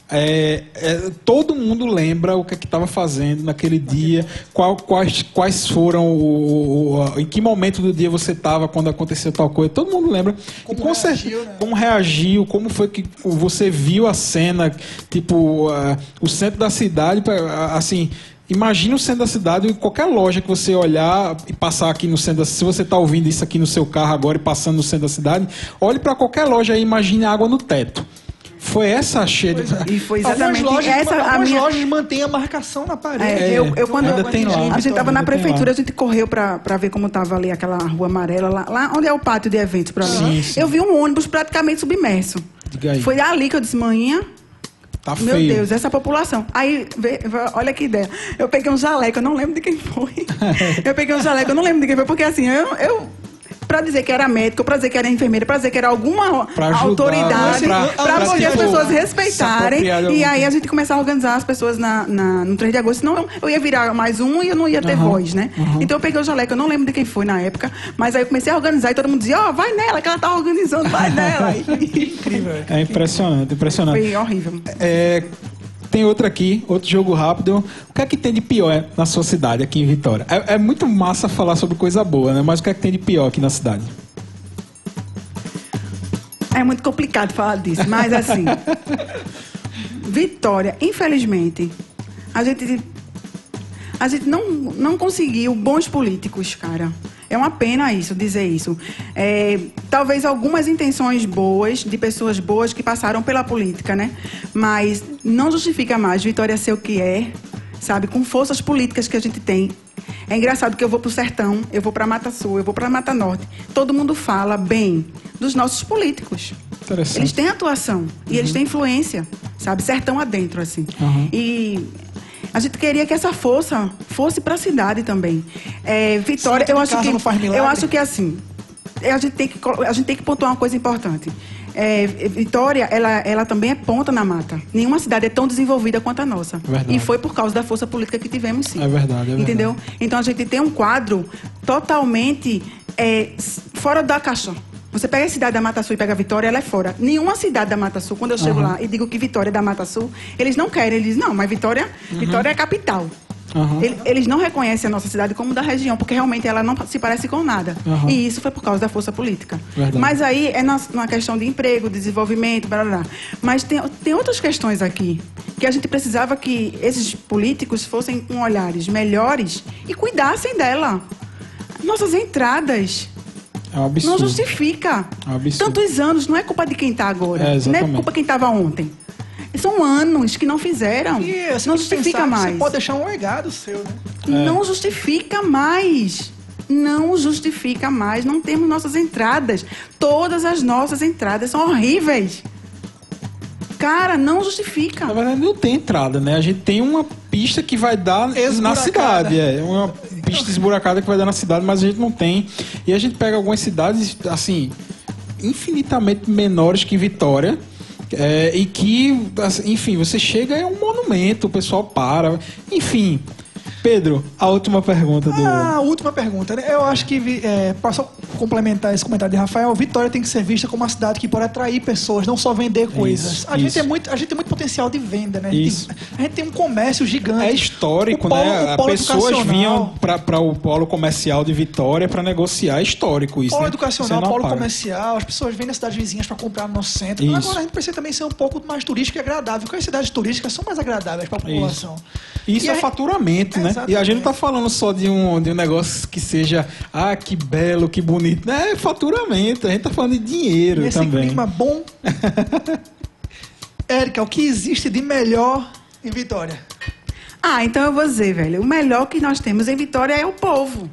é, é, todo mundo lembra o que é que estava fazendo naquele dia, qual, quais, quais foram, o, o, em que momento do dia você estava quando aconteceu tal coisa. Todo mundo lembra. Como e com reagiu, né? Como reagiu, como foi que você viu a cena, tipo, uh, o centro da cidade, assim... Imagina o centro da cidade, qualquer loja que você olhar e passar aqui no centro da cidade, se você está ouvindo isso aqui no seu carro agora e passando no centro da cidade, olhe para qualquer loja e imagine água no teto. Foi essa a cheia de... E foi exatamente algumas lojas, essa algumas a minha... lojas mantêm a marcação na parede. É, eu, eu quando ainda eu, tem lá. A gente estava na prefeitura, a gente correu para ver como estava ali aquela rua amarela, lá, lá onde é o pátio de eventos para mim. Eu vi um ônibus praticamente submerso. Foi ali que eu disse, manhã... Tá Meu feio. Deus, essa população. Aí, vê, olha que ideia. Eu peguei um jaleco, eu não lembro de quem foi. Eu peguei um jaleco, eu não lembro de quem foi, porque assim, eu... eu para dizer que era médico, para dizer que era enfermeira, para dizer que era alguma pra ajudar, autoridade, para poder as pessoas respeitarem. E aí a gente começar a organizar as pessoas na, na, no três de agosto, senão eu, eu ia virar mais um e eu não ia ter uhum, voz, né? Uhum. Então eu peguei o jaleco, eu não lembro de quem foi na época, mas aí eu comecei a organizar e todo mundo dizia, ó, oh, vai nela, que ela tá organizando, vai nela. Incrível. É impressionante, impressionante. Foi horrível. É... Tem outro aqui, outro jogo rápido. O que é que tem de pior na sua cidade, aqui em Vitória? É, é muito massa falar sobre coisa boa, né? Mas o que é que tem de pior aqui na cidade? É muito complicado falar disso, mas assim... Vitória, infelizmente, a gente, a gente não, não conseguiu bons políticos, cara. É uma pena isso, dizer isso. É, talvez algumas intenções boas, de pessoas boas que passaram pela política, né? Mas não justifica mais Vitória ser o que é, sabe? Com forças políticas que a gente tem. É engraçado que eu vou pro Sertão, eu vou pra Mata Sul, eu vou pra Mata Norte. Todo mundo fala bem dos nossos políticos. Eles têm atuação uhum. e eles têm influência, sabe? Sertão adentro, assim. Uhum. E... a gente queria que essa força fosse para a cidade também. É, Vitória, eu acho que eu acho que assim, a gente tem que a gente tem que pontuar uma coisa importante. É, Vitória, ela, ela também é ponta na mata. Nenhuma cidade é tão desenvolvida quanto a nossa. Verdade. E foi por causa da força política que tivemos, sim. É verdade, é entendeu? Verdade. Então a gente tem um quadro totalmente é, fora da caixa. Você pega a cidade da Mata Sul e pega a Vitória, ela é fora. Nenhuma cidade da Mata Sul, quando eu chego uhum. lá e digo que Vitória é da Mata Sul, eles não querem. Eles dizem, não, mas Vitória, uhum. Vitória é a capital. Uhum. Eles, eles não reconhecem a nossa cidade como da região, porque realmente ela não se parece com nada. Uhum. E isso foi por causa da força política. Verdade. Mas aí é na, numa questão de emprego, desenvolvimento, blá, blá, blá. Mas tem, tem outras questões aqui, que a gente precisava que esses políticos fossem com olhares melhores e cuidassem dela. Nossas entradas... É um absurdo. Não justifica. É um absurdo. Tantos anos, não é culpa de quem está agora. É, não é culpa de quem estava ontem. São anos que não fizeram. E não justifica mais. Você pode deixar um legado seu, né? É. Não justifica mais. Não justifica mais. Não temos nossas entradas. Todas as nossas entradas são horríveis. Cara, não justifica. Na verdade, não tem entrada, né? A gente tem uma pista que vai dar na cidade. É uma pista esburacada que vai dar na cidade, mas a gente não tem. E a gente pega algumas cidades, assim, infinitamente menores que Vitória, é, e que, enfim, você chega, é um monumento, o pessoal para, enfim... Pedro, a última pergunta do... Ah, a última pergunta, né? Eu acho que, é, para só complementar esse comentário de Rafael, Vitória tem que ser vista como uma cidade que pode atrair pessoas, não só vender coisas. Isso, a, isso. Gente é muito, a gente tem muito potencial de venda, né? Isso. A gente tem um comércio gigante. É histórico, o polo, né? o polo As pessoas educacional. vinham para o polo comercial de Vitória para negociar. É histórico isso, Polo né? educacional, Você não polo apaga. comercial, as pessoas vêm das cidades vizinhas para comprar no nosso centro. Isso. Agora a gente precisa também ser um pouco mais turístico e agradável, porque as cidades turísticas são mais agradáveis para a população. Isso, isso E é a- faturamento, né? Exatamente. E a gente não tá falando só de um, de um negócio que seja, ah, que belo, que bonito. É faturamento, a gente tá falando de dinheiro Nesse também. clima bom. Érica, o que existe de melhor em Vitória? Ah, então eu vou dizer, velho, o melhor que nós temos em Vitória é o povo.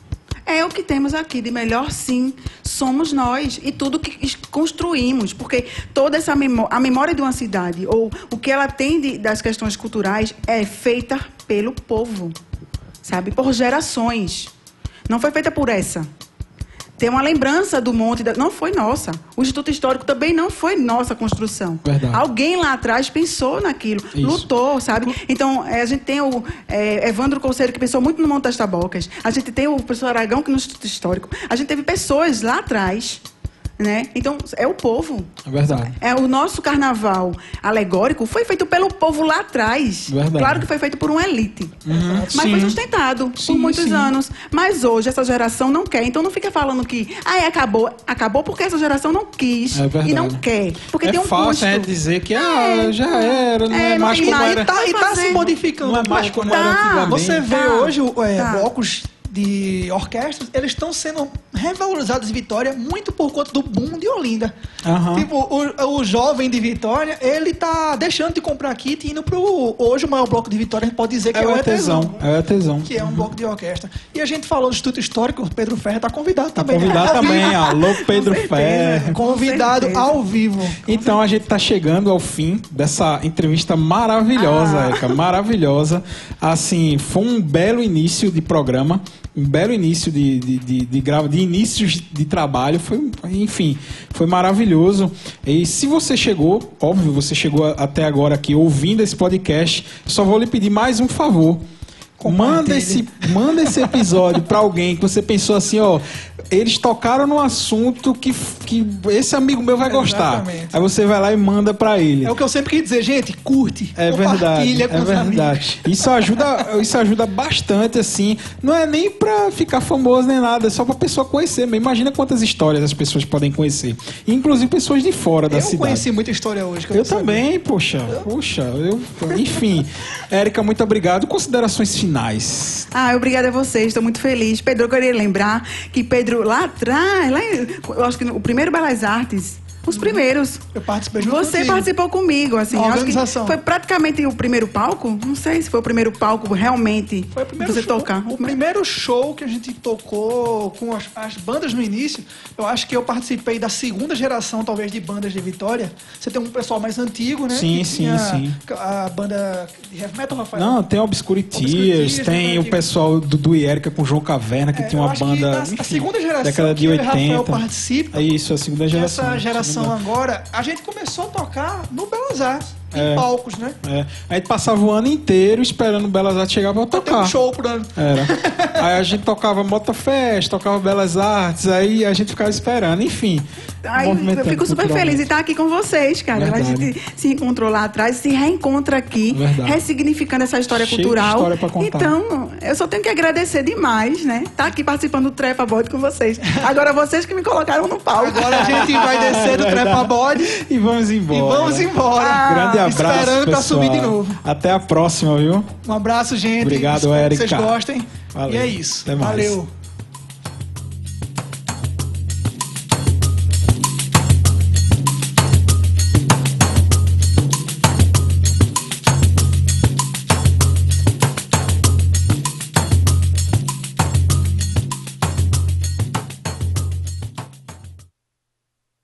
É o que temos aqui de melhor, sim. Somos nós e tudo que es- construímos, porque toda essa memória, a memória de uma cidade, ou o que ela tem de- das questões culturais, é feita pelo povo, sabe? Por gerações. Não foi feita por essa. Tem uma lembrança do monte, da... não foi nossa. O Instituto Histórico também não foi nossa construção. Verdade. Alguém lá atrás pensou naquilo, Isso. lutou, sabe? Então, eh, a gente tem o eh, Evandro Conselho, que pensou muito no Monte das Tabocas. A gente tem o professor Aragão, que no Instituto Histórico. A gente teve pessoas lá atrás, né? Então, é o povo. É verdade. É, o nosso carnaval alegórico foi feito pelo povo lá atrás. Verdade. Claro que foi feito por uma elite. Uhum, Mas sim. foi sustentado Sim, por muitos sim. anos. Mas hoje essa geração não quer. Então não fica falando que ah, acabou. Acabou porque essa geração não quis. É verdade. E não quer. Porque é tem um fácil custo. a gente dizer que ah, já era, não é, É, mais não- como e- era. E tá, e tá se fazendo. modificando. Não é mais um pouco, como né? era antigamente. Você vê Tá. hoje é, Tá. blocos de orquestras, eles estão sendo revalorizados em Vitória muito por conta do boom de Olinda. Aham. Tipo, o, o jovem de Vitória, ele tá deixando de comprar kit e indo pro... Hoje o maior bloco de Vitória, a gente pode dizer que É é, o o artesão, Artesão. é o artesão. Que é um bloco de orquestra. E a gente falou do Instituto Histórico, o Pedro Ferrer tá convidado Tá também. convidado também, alô Pedro certeza. Ferro. Convidado certeza. ao vivo. Então a gente está chegando ao fim dessa entrevista maravilhosa, Ah. Érica, maravilhosa. Assim, foi um belo início de programa, um belo início de, de, de, de, grava, de inícios de trabalho, foi, enfim, foi maravilhoso. E se você chegou, óbvio, você chegou até agora aqui ouvindo esse podcast, só vou lhe pedir mais um favor. Manda esse, manda esse episódio para alguém que você pensou assim, ó, eles tocaram num assunto que, que esse amigo meu vai gostar. Exatamente. Aí você vai lá e manda para ele. É o que eu sempre quis dizer, gente, curte, É verdade, compartilha com é os verdade. amigos. Isso ajuda, isso ajuda bastante, assim. Não é nem pra ficar famoso nem nada, é só pra pessoa conhecer. Mas imagina quantas histórias as pessoas podem conhecer. Inclusive pessoas de fora da Eu cidade. conheci muita história hoje. Que Eu não sabia. também, poxa, poxa, eu, enfim. Érica, muito obrigado. Considerações finais. Ah, obrigada a vocês, estou muito feliz. Pedro, eu queria lembrar que Pedro, lá atrás, lá, em- eu acho que no o primeiro Belas Artes, os primeiros. Eu participei junto Você contigo. participou comigo, assim. A eu acho que organização. foi praticamente o primeiro palco. Não sei se foi o primeiro palco realmente Foi o primeiro você show, tocar. O primeiro show que a gente tocou com as, as bandas no início, eu acho que eu participei da segunda geração, talvez, de bandas de Vitória. Você tem um pessoal mais antigo, né? Sim, que sim, tinha sim. A banda de heavy metal, Rafael. Não, tem Obscuritias, Obscuritias, tem né, o que- pessoal do, do Érica com João Caverna, que É, tinha eu uma acho que banda. na- a enfim, segunda geração década que de eu e Rafael oitenta. participa, É isso, a segunda geração. essa geração Segunda- agora, a gente começou a tocar no Belas Artes, em É. palcos, né? É. A gente passava o ano inteiro esperando o Belas Artes chegar pra Tem tocar. um show por ano. Era. Aí a gente tocava Motofest, tocava Belas Artes, aí a gente ficava esperando, enfim. Ai, eu movimentando fico super culturalmente. feliz de estar aqui com vocês, cara. A Verdade. gente se encontrou lá atrás, se reencontra aqui, Verdade. ressignificando essa história Cheio de cultural. história pra contar. Então, eu só tenho que agradecer demais, né? Estar aqui participando do Trepa Bode com vocês. Agora vocês que me colocaram no palco. Agora a gente vai descer do É verdade. Trepa Bode E vamos embora. e vamos embora. Ah, Grande abraço, Esperando pra pessoal. subir de novo. Até a próxima, viu? Um abraço, gente. Obrigado, Espero que Érica. vocês gostem. Valeu. E é isso. Até mais. Valeu.